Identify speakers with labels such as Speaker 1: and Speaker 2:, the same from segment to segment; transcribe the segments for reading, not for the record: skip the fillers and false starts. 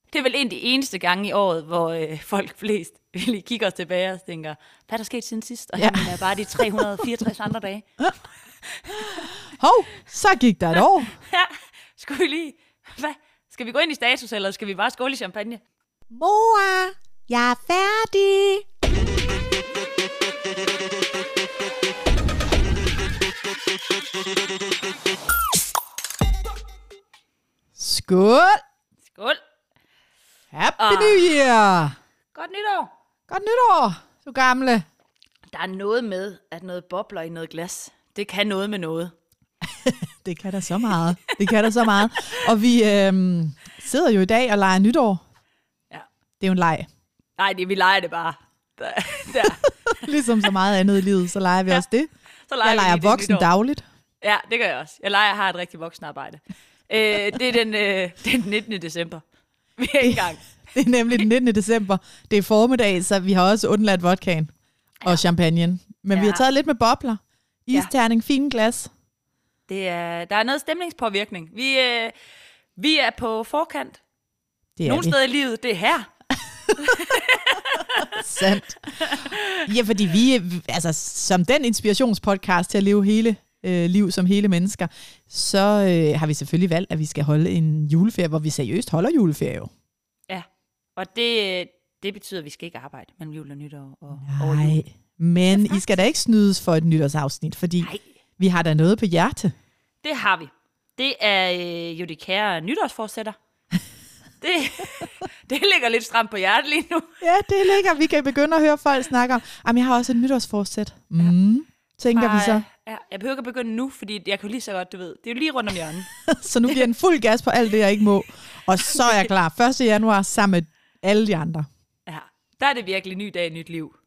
Speaker 1: Det er vel en af de eneste gange i året, hvor folk flest lige kigger os tilbage og tænker, hvad er der sket siden sidst? Og han er bare de 364 andre dage.
Speaker 2: Hov, så gik der et år.
Speaker 1: Ja, skulle vi lige... Hvad? Skal vi gå ind i status, eller skal vi bare skåle i champagne?
Speaker 2: Mor, jeg er færdig. Skål.
Speaker 1: Skål.
Speaker 2: Happy New Year.
Speaker 1: Godt nytår.
Speaker 2: Godt nytår, du gamle.
Speaker 1: Der er noget med, at noget bobler i noget glas. Det kan noget med noget.
Speaker 2: Det kan der så meget. Det kan der så meget. Og vi sidder jo i dag og leger nytår.
Speaker 1: Ja.
Speaker 2: Det er jo en leg.
Speaker 1: Nej, vi leger det bare. Der.
Speaker 2: Ligesom så meget andet i livet, så leger vi også det.
Speaker 1: Så
Speaker 2: jeg leger voksen dagligt.
Speaker 1: Ja, det gør jeg også. Jeg har et rigtig voksenarbejde. Det er den 19. december. Vi er i gang.
Speaker 2: Det er nemlig den 19. december. Det er formiddag, så vi har også undladt vodkaen og champagne. Men vi har taget lidt med bobler. Isterning, fine glas.
Speaker 1: Der er noget stemningspåvirkning. Vi er på forkant. Nogle steder i livet, det er her.
Speaker 2: Sandt. Ja, fordi vi, altså som den inspirationspodcast til at leve hele liv som hele mennesker, så har vi selvfølgelig valgt, at vi skal holde en juleferie, hvor vi seriøst holder juleferie jo.
Speaker 1: Ja, og det betyder, at vi skal ikke arbejde mellem jul og nytår.
Speaker 2: Nej, men I skal da ikke snydes for et nytårsafsnit, fordi vi har da noget på hjerte.
Speaker 1: Det har vi. Det er jo de kære nytårsforsætter. Det ligger lidt stramt på hjertet lige nu.
Speaker 2: Ja, det ligger. Vi kan begynde at høre folk snakke om, jeg har også et nytårsforsæt. Tænker vi så.
Speaker 1: Ja, jeg behøver ikke at begynde nu, fordi jeg kan lige så godt, du ved. Det er jo lige rundt om hjørnet.
Speaker 2: Så nu bliver en fuld gas på alt det, jeg ikke må. Og så er jeg klar. 1. januar sammen med alle de andre.
Speaker 1: Ja, der er det virkelig ny dag, nyt liv.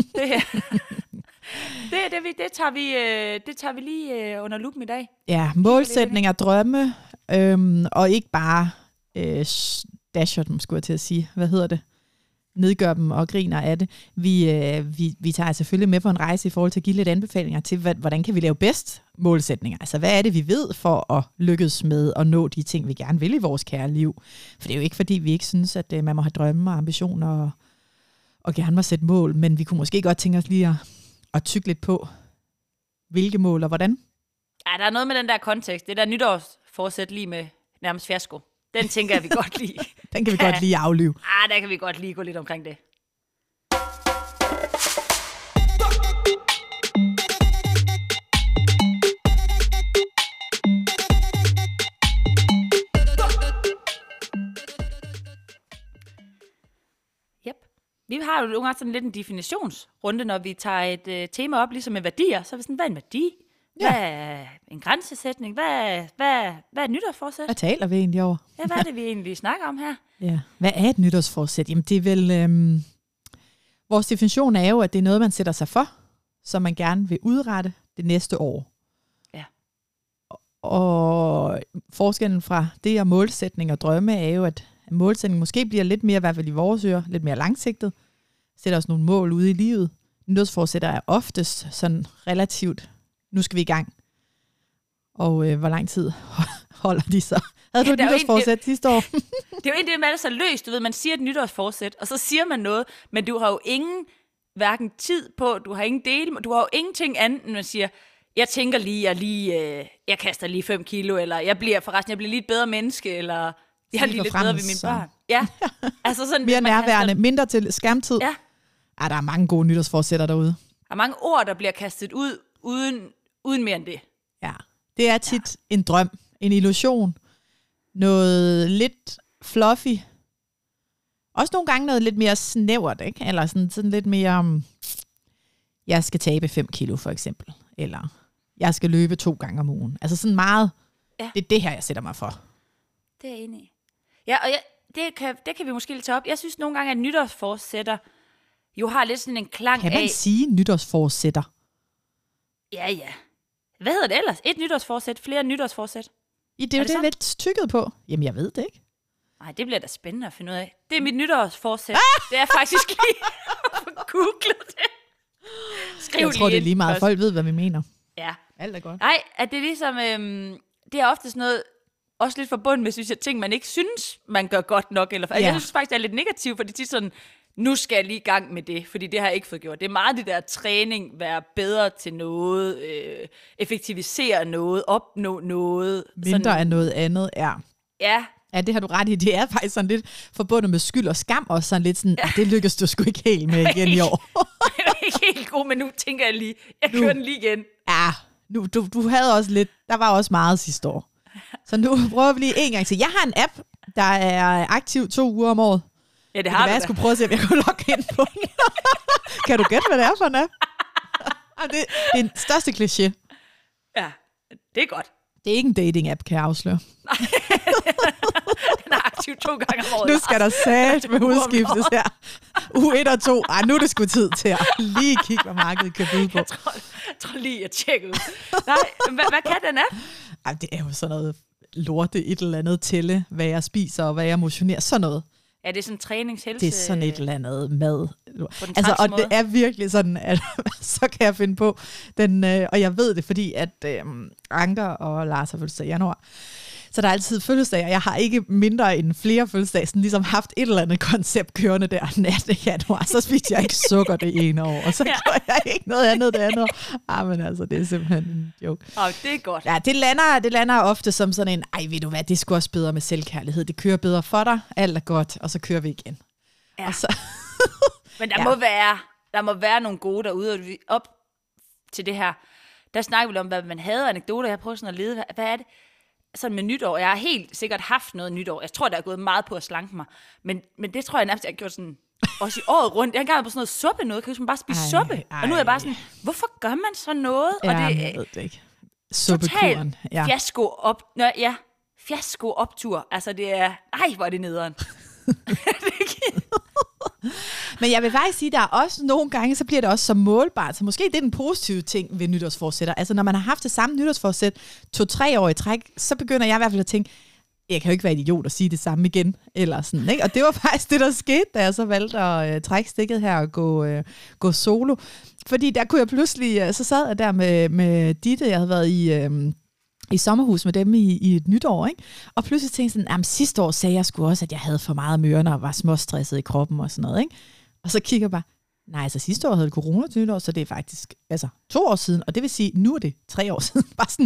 Speaker 1: Det tager vi lige under lupen i dag.
Speaker 2: Ja, målsætninger, drømme, og ikke bare dasher dem, skulle jeg til at sige. Hvad hedder det? Nedgør dem og griner af det. Vi tager selvfølgelig med på en rejse i forhold til at give lidt anbefalinger til, hvordan kan vi lave bedst målsætninger. Altså, hvad er det, vi ved for at lykkes med at nå de ting, vi gerne vil i vores kære liv? For det er jo ikke, fordi vi ikke synes, at man må have drømme og ambitioner og gerne må sætte mål, men vi kunne måske godt tænke os lige at tygge lidt på, hvilke mål og hvordan.
Speaker 1: Ja, der er noget med den der kontekst. Det der nytårsforsæt lige med nærmest fiasko. Den tænker jeg, vi godt lide.
Speaker 2: Den kan vi godt lige aflive.
Speaker 1: Der kan vi godt lige gå lidt omkring det. Yep. Vi har jo nogle gange sådan lidt en definitionsrunde, når vi tager et tema op, ligesom med værdier. Så er vi sådan, hvad er en værdi? Hvad er en grænsesætning? Hvad er et nytårsforsæt?
Speaker 2: Hvad taler vi egentlig over?
Speaker 1: Ja, hvad er det, vi egentlig snakker om her?
Speaker 2: Ja. Hvad er et nytårsforsæt? Jamen, det er vel... vores definition er jo, at det er noget, man sætter sig for, som man gerne vil udrette det næste år.
Speaker 1: Ja.
Speaker 2: Og forskellen fra det og målsætning og drømme er jo, at målsætning måske bliver lidt mere, i hvert fald i vores ører, lidt mere langsigtet. Sætter os nogle mål ude i livet. Nytårsforsætter er oftest sådan relativt... Nu skal vi i gang. Og hvor lang tid holder de så? Havde du et nytårsforsæt sidste år?
Speaker 1: Det er jo egentlig, man er så løst. Du ved, man siger et nytårsforsæt, og så siger man noget, men du har jo ingen hverken tid på, du har ingen del, du har jo ingenting andet, end man siger, jeg tænker lige, jeg kaster lige 5 kilo, eller jeg bliver lige et bedre menneske, eller jeg er lige lidt bedre ved mine børn. Ja, altså sådan
Speaker 2: mere nærværende, mindre til skærmtid.
Speaker 1: Ja.
Speaker 2: Der er mange gode nytårsforsætter derude. Der
Speaker 1: er mange ord, der bliver kastet ud, uden mere end det.
Speaker 2: Ja, det er tit en drøm, en illusion, noget lidt fluffy. Også nogle gange noget lidt mere snævert, ikke? Eller sådan lidt mere, jeg skal tabe 5 kilo for eksempel, eller jeg skal løbe 2 gange om ugen. Altså sådan meget, det er det her, jeg sætter mig for.
Speaker 1: Det er jeg enig i. Ja, og det kan vi måske lidt tage op. Jeg synes nogle gange, at nytårsforsætter jo har lidt sådan en klang af...
Speaker 2: Kan man sige nytårsforsætter?
Speaker 1: Ja. Hvad hedder det ellers? Et nytårsforsæt, flere nytårsforsæt?
Speaker 2: Ja, det er jo det lidt tykket på. Jamen, jeg ved det ikke.
Speaker 1: Nej, det bliver da spændende at finde ud af. Det er mit nytårsforsæt. Det er faktisk lige at google det. Skriv
Speaker 2: jeg tror, det er lige meget. Folk ved, hvad vi mener.
Speaker 1: Ja.
Speaker 2: Alt er godt.
Speaker 1: Nej, at det er ligesom... det er ofte sådan noget... også lidt forbundet med, synes jeg, ting, man ikke synes, man gør godt nok. Eller, jeg synes faktisk, det er lidt negativt, fordi det er sådan, nu skal jeg lige i gang med det, fordi det har jeg ikke fået gjort. Det er meget det der træning, være bedre til noget, effektivisere noget, opnå noget.
Speaker 2: Mindre af noget andet,
Speaker 1: Ja.
Speaker 2: Ja, det har du ret i. Det er faktisk sådan lidt forbundet med skyld og skam, og sådan lidt sådan, det lykkedes du sgu ikke helt med igen i år.
Speaker 1: Jeg er ikke helt god, men nu tænker jeg lige, jeg kører den lige igen.
Speaker 2: Ja, du havde også lidt, der var også meget sidste år. Så nu prøver vi lige en gang til. Jeg har en app, der er aktiv 2 uger om året.
Speaker 1: Ja, det har du.
Speaker 2: Jeg skulle prøve at se, om jeg kunne logge ind på den. Kan du gætte, hvad det er for en app? Det er den største kliché.
Speaker 1: Ja, det er godt.
Speaker 2: Det er ikke en dating-app, kan jeg afsløre.
Speaker 1: Nej, den er aktiv 2 gange om året.
Speaker 2: Nu skal der sat med udskiftes her. Uge 1 og 2. Ej, nu er det sgu tid til at lige kigge, hvad markedet kan byde på.
Speaker 1: Jeg tror lige, jeg tjekker ud. Nej, hvad kan den app?
Speaker 2: Ej, det er jo sådan noget lorte, et eller andet tælle, hvad jeg spiser og hvad jeg motionerer. Sådan noget.
Speaker 1: Ja, det er sådan træningshelse.
Speaker 2: Det er sådan et eller andet mad. Altså, og det er virkelig sådan, at så kan jeg finde på den, og jeg ved det, fordi at Anker og Lars har fødselsdag i januar. Så der er altid fødselsdag, og jeg har ikke mindre end flere fødselsdage, sådan ligesom haft et eller andet koncept kørende der nat i januar. Så spiste jeg ikke sukker det ene år, og så gjorde jeg ikke noget andet det andet år. Men altså, det er simpelthen en joke.
Speaker 1: Det er godt.
Speaker 2: Ja, det lander ofte som sådan en, ved du hvad, det er sgu også bedre med selvkærlighed. Det kører bedre for dig, alt er godt, og så kører vi igen.
Speaker 1: Ja.
Speaker 2: Og så
Speaker 1: Men der må være nogle gode derude, og op til det her, der snakker vi om, hvad man havde anekdoter. Jeg prøver sådan at lede, hvad er det? Sådan med nytår. Jeg har helt sikkert haft noget nytår. Jeg tror, der er gået meget på at slanke mig. Men det tror jeg nærmest, jeg har gjort sådan, også i året rundt. Jeg har engang på sådan noget suppe noget. Kan man bare spise suppe? Og nu er jeg bare sådan, hvorfor gør man så noget?
Speaker 2: Ja,
Speaker 1: og det
Speaker 2: jeg ved det ikke. Suppekuren.
Speaker 1: Ja. Fiasko-optur. Altså det er, hvor er det nederen.
Speaker 2: Men jeg vil faktisk sige, at der er også nogle gange, så bliver det også så målbart. Så måske det er den positive ting ved nytårsforsætter. Altså når man har haft det samme nytårsforsæt 2-3 år i træk, så begynder jeg i hvert fald at tænke, jeg kan jo ikke være idiot og sige det samme igen. Eller sådan, ikke? Og det var faktisk det, der skete, da jeg så valgte at trække stikket her og gå solo. Fordi der kunne jeg pludselig, så sad jeg der med Ditte, jeg havde været i sommerhus med dem i et nytår, ikke? Og pludselig tænkte jeg sådan, sidste år sagde jeg sgu også, at jeg havde for meget mørner og var småstresset i kroppen og sådan noget, ikke? Og så kigger jeg bare, nej, altså sidste år havde det corona til nytår, så det er faktisk 2 år siden, og det vil sige, nu er det 3 år siden. Bare sådan,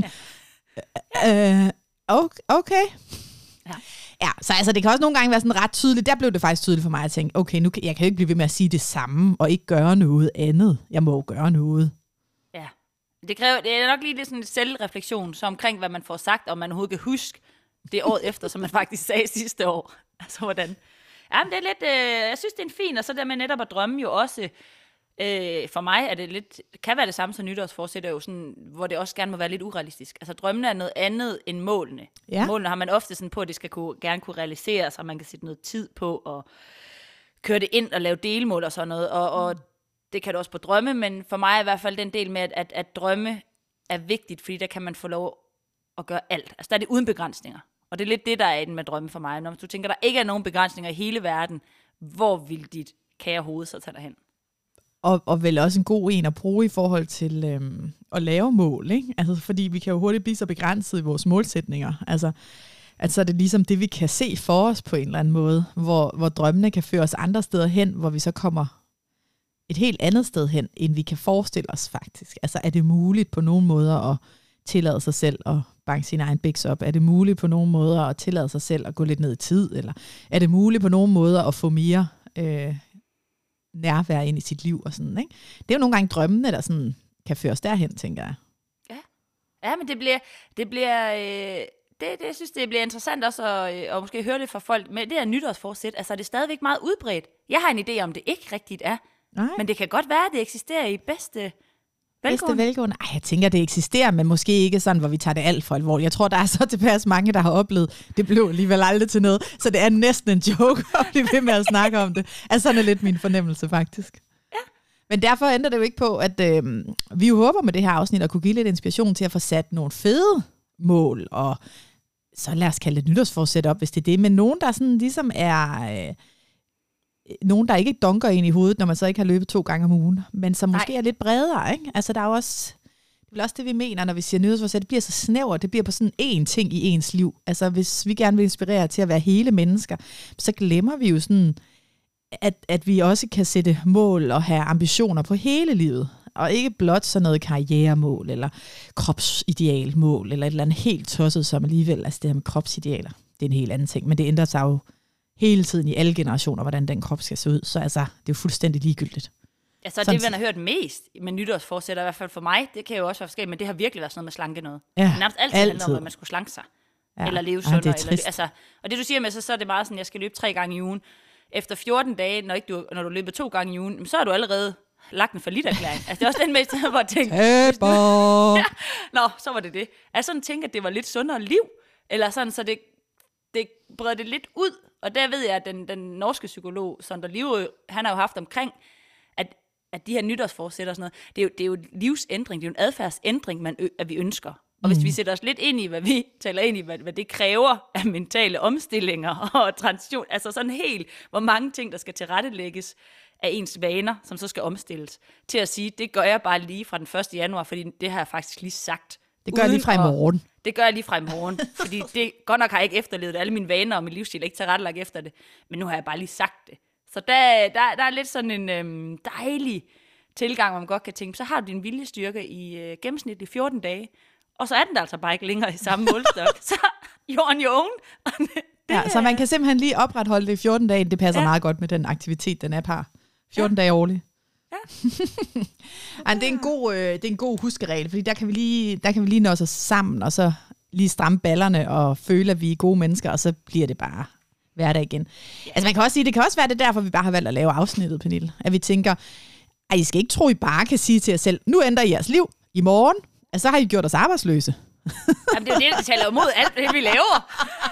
Speaker 2: okay. Ja, så altså, det kan også nogle gange være sådan ret tydeligt. Der blev det faktisk tydeligt for mig at tænke, okay, nu jeg kan jo ikke blive ved med at sige det samme, og ikke gøre noget andet. Jeg må jo gøre noget.
Speaker 1: Ja, det er nok lige lidt sådan en selvreflektion, så omkring, hvad man får sagt, og man overhovedet kan huske det året efter, som man faktisk sagde sidste år. Altså, hvordan? Ja, men det er lidt, jeg synes, det er en fin, og så der med netop at drømme jo også, for mig er det lidt, kan være det samme som nytårsforsæt, jo sådan, hvor det også gerne må være lidt urealistisk. Altså drømmene er noget andet end målene. Ja. Målene har man ofte sådan på, at det skal gerne kunne realiseres, og man kan sætte noget tid på, og køre det ind og lave delmål og sådan noget, og det kan du også på drømme, men for mig er i hvert fald den del med, at drømme er vigtigt, fordi der kan man få lov at gøre alt. Altså der er det uden begrænsninger. Og det er lidt det, der er med drømme for mig. Når du tænker, der ikke er nogen begrænsninger i hele verden, hvor vil dit kære hoved så tage dig hen?
Speaker 2: Og vel også en god en at bruge i forhold til at lave mål, ikke? Altså, fordi vi kan jo hurtigt blive så begrænset i vores målsætninger. Altså, at så er det ligesom det, vi kan se for os på en eller anden måde, hvor drømmene kan føre os andre steder hen, hvor vi så kommer et helt andet sted hen, end vi kan forestille os faktisk. Altså, er det muligt på nogle måder at tillade sig selv at banke sin egen biks op? Er det muligt på nogle måder at tillade sig selv at gå lidt ned i tid? Eller er det muligt på nogle måder at få mere nærvær ind i sit liv? Og sådan, ikke? Det er jo nogle gange drømmene, der sådan kan føre os derhen, tænker jeg.
Speaker 1: Ja, men jeg synes, det bliver interessant også at måske høre lidt fra folk. Men det er nytårsforsæt, altså er det stadigvæk meget udbredt. Jeg har en idé om, det ikke rigtigt er. Nej. Men det kan godt være, at det eksisterer i bedste velgående. Jeg tænker, det eksisterer, men måske ikke sådan, hvor vi tager det alt for alvorligt. Jeg tror, der er så tilpas mange, der har oplevet, det blev alligevel aldrig til noget. Så det er næsten en joke at blive ved med at snakke om det. Altså sådan er lidt min fornemmelse, faktisk. Ja. Men derfor ændrer det jo ikke på, at vi jo håber med det her afsnit at kunne give lidt inspiration til at få sat nogle fede mål, og så lad os kalde det nytårsforsæt op, hvis det er det. Men nogen, der sådan ligesom er nogen, der ikke dunker ind i hovedet, når man så ikke har løbet 2 gange om ugen, men som måske er lidt bredere, ikke? Altså, der er også, det
Speaker 2: Det er også det, vi mener, når vi siger nytårsforsæt. Det bliver så snævert, det bliver på sådan én ting i ens liv. Altså, hvis vi gerne vil inspirere til at være hele mennesker, så glemmer vi jo sådan, at vi også kan sætte mål og have ambitioner på hele livet. Og ikke blot sådan noget karrieremål, eller kropsidealmål, eller et eller andet helt tosset som alligevel. Altså det her med kropsidealer, det er en helt anden ting. Men det ændrer sig jo hele tiden i alle generationer, hvordan den krop skal se ud. Så altså, det er jo fuldstændig ligegyldigt.
Speaker 1: Ja, så det, man har hørt mest med nytårsforsætter, i hvert fald for mig, det kan jo også være forskelligt, men det har virkelig været sådan noget med slanke noget.
Speaker 2: Ja,
Speaker 1: nærmest altid handler om, at man skulle slanke sig.
Speaker 2: Ja.
Speaker 1: Eller leve sundere.
Speaker 2: Det er trist.
Speaker 1: Altså, og det du siger med, så er det meget sådan, jeg skal løbe 3 gange i ugen. Efter 14 dage, når du løber 2 gange i ugen, så har du allerede lagt en forlitterklæring. Altså, det er også den med, hvor jeg tænkte, ja, nå, så var det. Jeg sådan tænkte, at det var lidt sundere liv, eller sådan, så det breder det lidt ud. Og der ved jeg, at den norske psykolog, Sondre Livø, han har jo haft omkring, at de her nytårsforsætter og sådan noget, det er jo livsændring, det er jo en adfærdsændring, at vi ønsker. Og hvis vi sætter os lidt ind i, hvad vi taler ind i, hvad det kræver af mentale omstillinger og transition, altså sådan helt, hvor mange ting, der skal tilrettelægges af ens vaner, som så skal omstilles, til at sige, det gør jeg bare lige fra den 1. januar, fordi det har jeg faktisk lige sagt.
Speaker 2: Det gør jeg lige fra i morgen.
Speaker 1: Det gør jeg lige fra i morgen, fordi det godt nok har jeg ikke efterlevet alle mine vaner og min livsstil, ikke tilrettelagt efter det, men nu har jeg bare lige sagt det. Så der er lidt sådan en dejlig tilgang, hvor man godt kan tænke, så har du din viljestyrke i gennemsnitligt 14 dage, og så er den der altså bare ikke længere i samme målstok. Så you're on your own.
Speaker 2: Så man kan simpelthen lige opretholde det i 14 dage. Det passer meget godt med den aktivitet, den app har. 14 dage årligt. Ja. Det er en god huskeregel, fordi der kan vi lige nå os sammen, og så lige stramme ballerne og føle, at vi er gode mennesker, og så bliver det bare hverdag igen. Ja. Altså man kan også sige, det kan også være det derfor, vi bare har valgt at lave afsnittet, Pernille. At vi tænker, I skal ikke tro, I bare kan sige til jer selv, nu ændrer I jeres liv i morgen, og så har I gjort os arbejdsløse.
Speaker 1: Jamen det er jo det, der taler imod alt det, vi laver.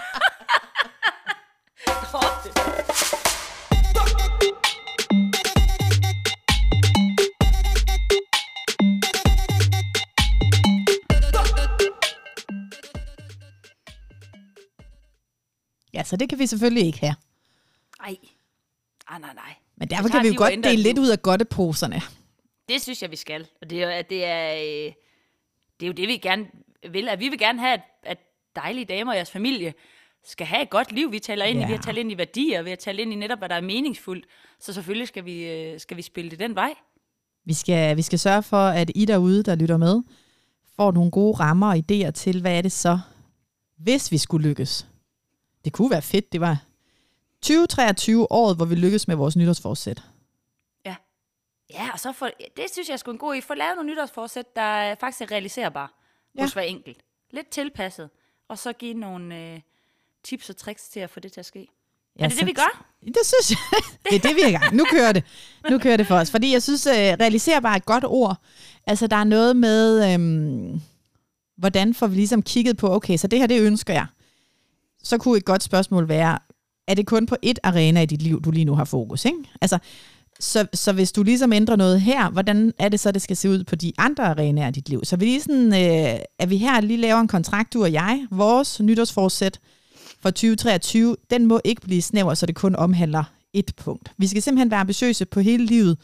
Speaker 2: Ja, så det kan vi selvfølgelig ikke have.
Speaker 1: Nej.
Speaker 2: Men derfor kan vi jo godt dele lidt ud af godteposerne.
Speaker 1: Det synes jeg, vi skal. Og det er jo det, vi gerne vil. At vi vil gerne have, at dejlige damer og jeres familie skal have et godt liv. Vi taler ind i, vi har talt ind i værdier, vi har talt ind i netop, hvad der er meningsfuldt. Så selvfølgelig skal vi spille det den vej. Vi skal sørge for, at I derude, der lytter med, får nogle gode rammer og idéer til, hvad er det så, hvis vi skulle lykkes. Det kunne være fedt, det var 2023 året, hvor vi lykkes med vores nytårsforsæt. Ja, og så det synes jeg er sgu en god idé. Få lavet nogle nytårsforsæt, der faktisk er realiserbare hos hver enkelt. Lidt tilpasset. Og så give nogle tips og tricks til at få det til at ske. Ja, er det det, vi gør? Det synes jeg. Det er det, vi er i gang. Nu kører det for os. Fordi jeg synes, realiserbar er et godt ord. Altså, der er noget med, hvordan får vi ligesom kigget på, okay, så det her, det ønsker jeg. Så kunne et godt spørgsmål være, er det kun på ét arena i dit liv, du lige nu har fokus, ikke? Altså, så hvis du ligesom ændrer noget her, hvordan er det så, det skal se ud på de andre arenaer i dit liv? Så vi lige sådan, at vi her lige laver en kontrakt, du og jeg, vores nytårsforsæt for 2023, den må ikke blive snæver, så det kun omhandler et punkt. Vi skal simpelthen være ambitiøse på hele livet,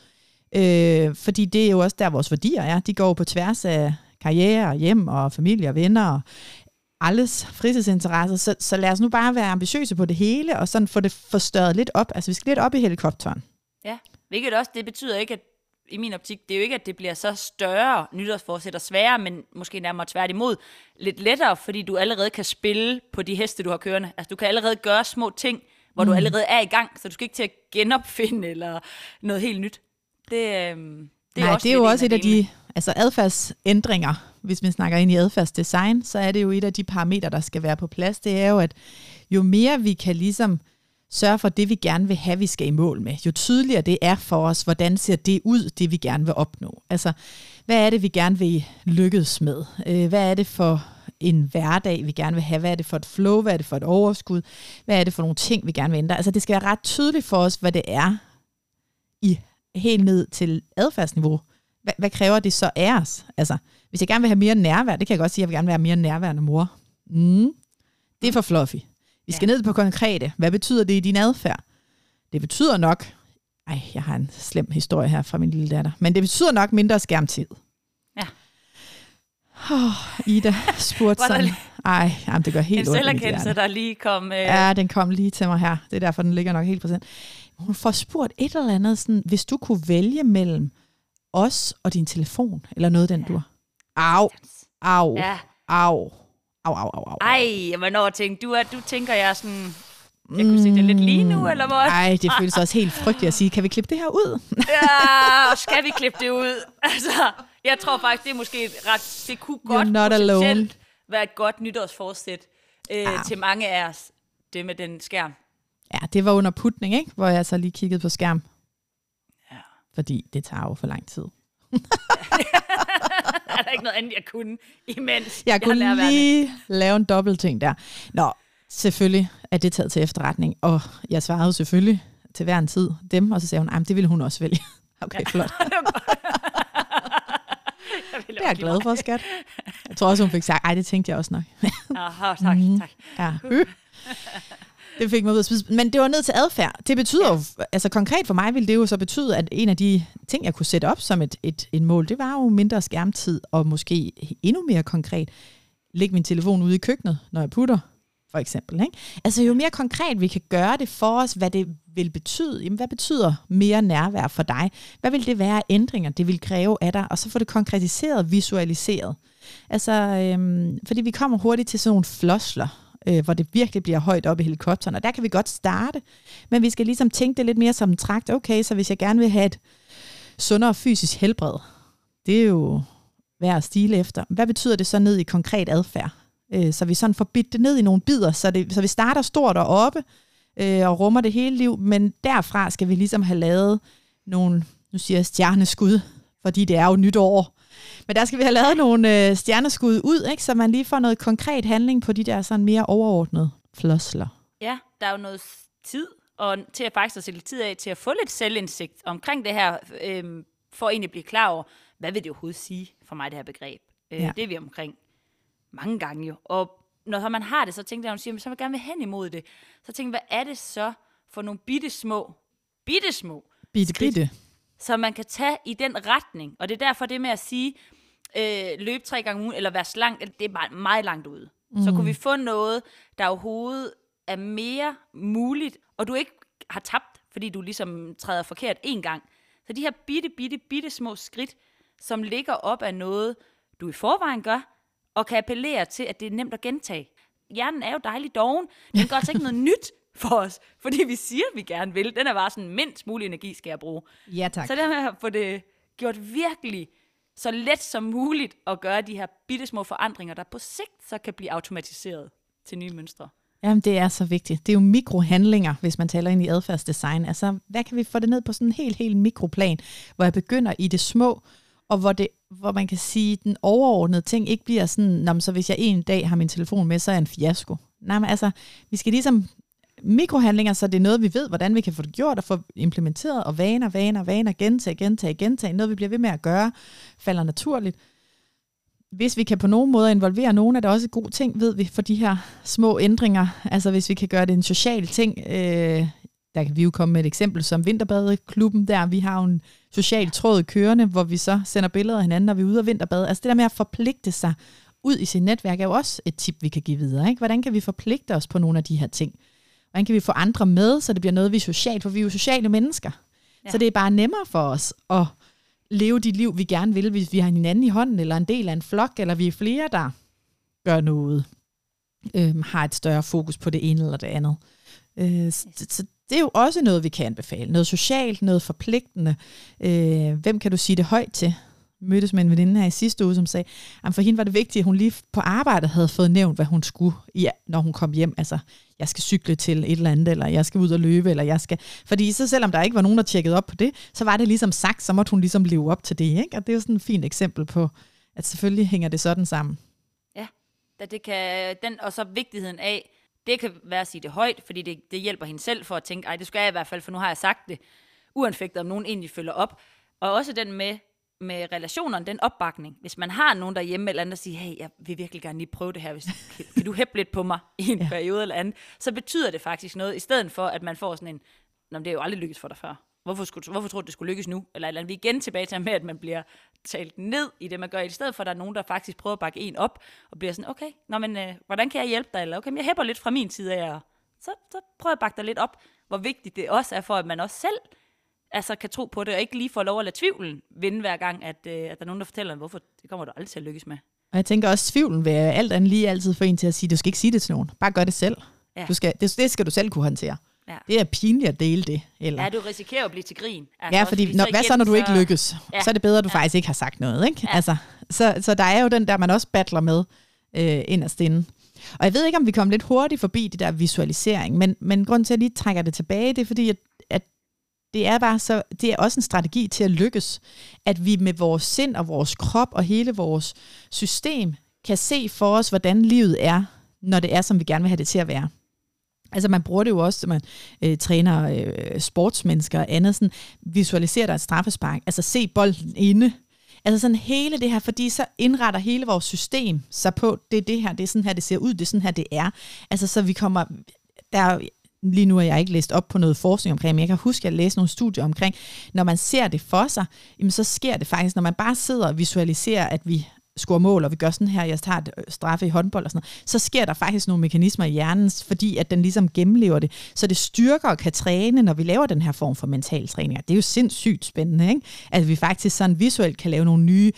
Speaker 1: fordi det er jo også der, vores værdier er. De går på tværs af karriere, hjem og familie og venner og alles fritidsinteresser. Så lad os nu bare være ambitiøse på det hele, og sådan få det forstørret lidt op. Altså vi skal lidt op i helikopteren. Ja, hvilket også, det betyder ikke, at i min optik, det er jo ikke, at det bliver så større nytårsforsæt og sværere, men måske nærmere tværtimod lidt lettere, fordi du allerede kan spille på de heste, du har kørende. Altså du kan allerede gøre små ting, hvor du allerede er i gang, så du skal ikke til at genopfinde eller noget helt nyt. Det er jo også et af de adfærdsændringer. Hvis vi snakker ind i adfærdsdesign, så er det jo et af de parametre, der skal være på plads. Det er jo, at jo mere vi kan ligesom sørge for det, vi gerne vil have, vi skal i mål med, jo tydeligere det er for os, hvordan ser det ud, det vi gerne vil opnå. Altså, hvad er det, vi gerne vil lykkes med? Hvad er det for en hverdag, vi gerne vil have? Hvad er det for et flow? Hvad er det for et overskud? Hvad er det for nogle ting, vi gerne vil ændre? Altså, det skal være ret tydeligt for os, hvad det er i helt ned til adfærdsniveau. Hvad kræver det så af os? Altså, hvis jeg gerne vil have mere nærvær, det kan jeg godt sige, at jeg vil gerne være mere nærværende mor. Det er for fluffy. Vi skal ned på konkrete. Hvad betyder det i din adfærd? Det betyder nok, jeg har en slem historie her fra min lille datter, men det betyder nok mindre skærmtid. Ja.
Speaker 2: Ida spurgte sådan. Det gør helt
Speaker 1: ondt. En selverkendelse, der lige kom...
Speaker 2: Ja, den kom lige til mig her. Det er derfor, den ligger nok helt procent. Hun får spurgt et eller andet, sådan, hvis du kunne vælge mellem os og din telefon, eller noget den dur. Au.
Speaker 1: Ej, hvornår tænker du tænker jeg sådan... Jeg kunne sige det lidt lige nu, eller hvad?
Speaker 2: Nej, det føles også helt frygteligt at sige, kan vi klippe det her ud?
Speaker 1: Ja, skal vi klippe det ud? Altså, jeg tror faktisk, det er måske ret... Det kunne godt potentielt være et godt nytårsforsæt til mange af os, det med den skærm.
Speaker 2: Ja, det var under putning, ikke? Hvor jeg så lige kiggede på skærm.
Speaker 1: Ja.
Speaker 2: Fordi det tager jo for lang tid.
Speaker 1: Er der ikke noget andet, jeg kunne imens?
Speaker 2: Jeg kunne lige lave en dobbelt ting der. Nå, selvfølgelig er det taget til efterretning, og jeg svarede selvfølgelig til hver en tid dem, og så sagde hun, det ville hun også vælge. Okay, flot. Det er jeg glad for, skat. Jeg tror også, hun fik sagt, det tænkte jeg også nok.
Speaker 1: Aha, tak.
Speaker 2: Ja. Det fik mig ud at spise. Men det var ned til adfærd. Det betyder jo, altså konkret for mig ville det jo så betyde, at en af de ting, jeg kunne sætte op som et mål, det var jo mindre skærmtid, og måske endnu mere konkret, lægge min telefon ude i køkkenet, når jeg putter, for eksempel. Ikke? Altså jo mere konkret vi kan gøre det for os, hvad det vil betyde. Jamen, hvad betyder mere nærvær for dig? Hvad vil det være ændringer, det vil kræve af dig? Og så få det konkretiseret, visualiseret. Altså, fordi vi kommer hurtigt til sådan nogle floskler, hvor det virkelig bliver højt op i helikopteren, og der kan vi godt starte, men vi skal ligesom tænke det lidt mere som en trakt. Okay, så hvis jeg gerne vil have et sundere fysisk helbred, det er jo værd at stile efter. Hvad betyder det så ned i konkret adfærd? Så vi sådan får bidt det ned i nogle bidder, så vi starter stort og oppe, og rummer det hele liv, men derfra skal vi ligesom have lavet nogle, nu siger jeg stjerneskud, fordi det er jo nytår. Men der skal vi have lavet nogle stjerneskud ud, ikke? Så man lige får noget konkret handling på de der sådan mere overordnede floskler.
Speaker 1: Ja, der er jo noget tid, og til at faktisk sætte lidt tid af til at få lidt selvindsigt omkring det her, for at egentlig blive klar over, hvad vil det overhovedet sige for mig, det her begreb. Det er vi omkring mange gange jo. Og når man har det, så tænker jeg, at så vil jeg gerne vil hen imod det. Så tænker jeg, hvad er det så for nogle bittesmå
Speaker 2: Bitte.
Speaker 1: Så man kan tage i den retning. Og det er derfor det med at sige, løbe 3 gange om ugen, eller være slank, det er bare meget langt ude. Så kunne vi få noget, der overhovedet er mere muligt, og du ikke har tabt, fordi du ligesom træder forkert 1 gang. Så de her bitte små skridt, som ligger op af noget, du i forvejen gør, og kan appellere til, at det er nemt at gentage. Hjernen er jo dejligt doven. Den gør altså ikke noget nyt for os, fordi vi siger, at vi gerne vil. Den er bare sådan, mindst mulig energi skal jeg bruge.
Speaker 2: Ja, tak.
Speaker 1: Så det med at få det gjort virkelig så let som muligt at gøre de her bittesmå forandringer, der på sigt så kan blive automatiseret til nye mønstre.
Speaker 2: Jamen, det er så vigtigt. Det er jo mikrohandlinger, hvis man taler ind i adfærdsdesign. Altså, hvad kan vi få det ned på sådan en helt mikroplan, hvor jeg begynder i det små, og hvor man kan sige, at den overordnede ting ikke bliver sådan, så hvis jeg en dag har min telefon med, så er jeg en fiasko. Nej, men altså, vi skal ligesom mikrohandlinger, så det er noget, vi ved, hvordan vi kan få det gjort og få implementeret, og vaner, gentage, noget vi bliver ved med at gøre, falder naturligt. Hvis vi kan på nogen måde involvere nogen, er det også en god ting, ved vi, for de her små ændringer. Altså hvis vi kan gøre det en social ting, der kan vi jo komme med et eksempel som vinterbadeklubben der. Vi har jo en social tråd kørende, hvor vi så sender billeder af hinanden, når vi er ude og vinterbade. Altså det der med at forpligte sig ud i sit netværk er jo også et tip, vi kan give videre. Ikke? Hvordan kan vi forpligte os på nogle af de her ting? Hvordan kan vi få andre med, så det bliver noget, vi er socialt? For vi er jo sociale mennesker. Ja. Så det er bare nemmere for os at leve de liv, vi gerne vil, hvis vi har hinanden i hånden, eller en del af en flok, eller vi er flere, der gør noget, har et større fokus på det ene eller det andet. Så det er jo også noget, vi kan anbefale. Noget socialt, noget forpligtende. Hvem kan du sige det højt til? Mødtes med en veninde her i sidste uge, som sagde, at for hende var det vigtigt, at hun lige på arbejdet havde fået nævnt, hvad hun skulle, når hun kom hjem. Altså, jeg skal cykle til et eller andet, eller jeg skal ud og løbe, eller jeg skal... Fordi så selvom der ikke var nogen, der tjekkede op på det, så var det ligesom sagt, så måtte hun ligesom leve op til det. Ikke? Og det er jo sådan et fint eksempel på, at selvfølgelig hænger det sådan sammen.
Speaker 1: Ja, det kan, og så vigtigheden af, det kan være at sige det højt, fordi det hjælper hende selv for at tænke, det skal jeg i hvert fald, for nu har jeg sagt det, uanfægtet om nogen egentlig følger op. Og også den med relationerne, den opbakning. Hvis man har nogen derhjemme eller andet, der siger, hey, jeg vil virkelig gerne lige prøve det her, kan du hæppe lidt på mig i en periode eller andet, så betyder det faktisk noget, i stedet for, at man får sådan en, det er jo aldrig lykkes for dig før. hvorfor tror du, det skulle lykkes nu? Eller vi er igen tilbage til med, at man bliver talt ned i det, man gør, i stedet for, at der er nogen, der faktisk prøver at bakke en op, og bliver sådan, okay, hvordan kan jeg hjælpe dig? Eller okay, jeg hæpper lidt fra min side af, og så prøver jeg at bakke dig lidt op, hvor vigtigt det også er for, at man også selv kan tro på det, og ikke lige få lov at lade tvivlen vinde hver gang, at der er nogen, der fortæller, hvorfor det kommer du aldrig til at lykkes med.
Speaker 2: Og jeg tænker også, tvivlen vil alt andet lige altid få en til at sige, du skal ikke sige det til nogen. Bare gør det selv. Ja. Det skal du selv kunne håndtere. Ja. Det er pinligt at dele det. Eller?
Speaker 1: Ja, du risikerer at blive til grin.
Speaker 2: Ja, fordi hvad så, når du ikke lykkes? Ja. Så er det bedre, at du faktisk ikke har sagt noget. Ikke? Ja. Så der er jo den der, man også battler med inderst inde. Og jeg ved ikke, om vi kom lidt hurtigt forbi det der visualisering, men grunden til, at jeg lige trækker det tilbage, det er fordi, at det er bare så, det er også en strategi til at lykkes, at vi med vores sind og vores krop og hele vores system kan se for os, hvordan livet er, når det er, som vi gerne vil have det til at være. Altså man bruger det jo også, når man træner sportsmennesker og andet, sådan visualiserer der et straffespark, altså se bolden inde. Altså sådan hele det her, fordi så indretter hele vores system sig på, det her, det er sådan her, det ser ud, det er sådan her, det er. Altså så vi kommer, lige nu har jeg ikke læst op på noget forskning omkring, men jeg kan huske, at jeg læste nogle studier omkring, når man ser det for sig, jamen så sker det faktisk, når man bare sidder og visualiserer, at vi scorer mål, og vi gør sådan her, jeg tager et straffe i håndbold og sådan noget, så sker der faktisk nogle mekanismer i hjernen, fordi at den ligesom gennemlever det, så det styrker og kan træne, når vi laver den her form for mental træning. Det er jo sindssygt spændende, ikke? At vi faktisk sådan visuelt kan lave nogle nye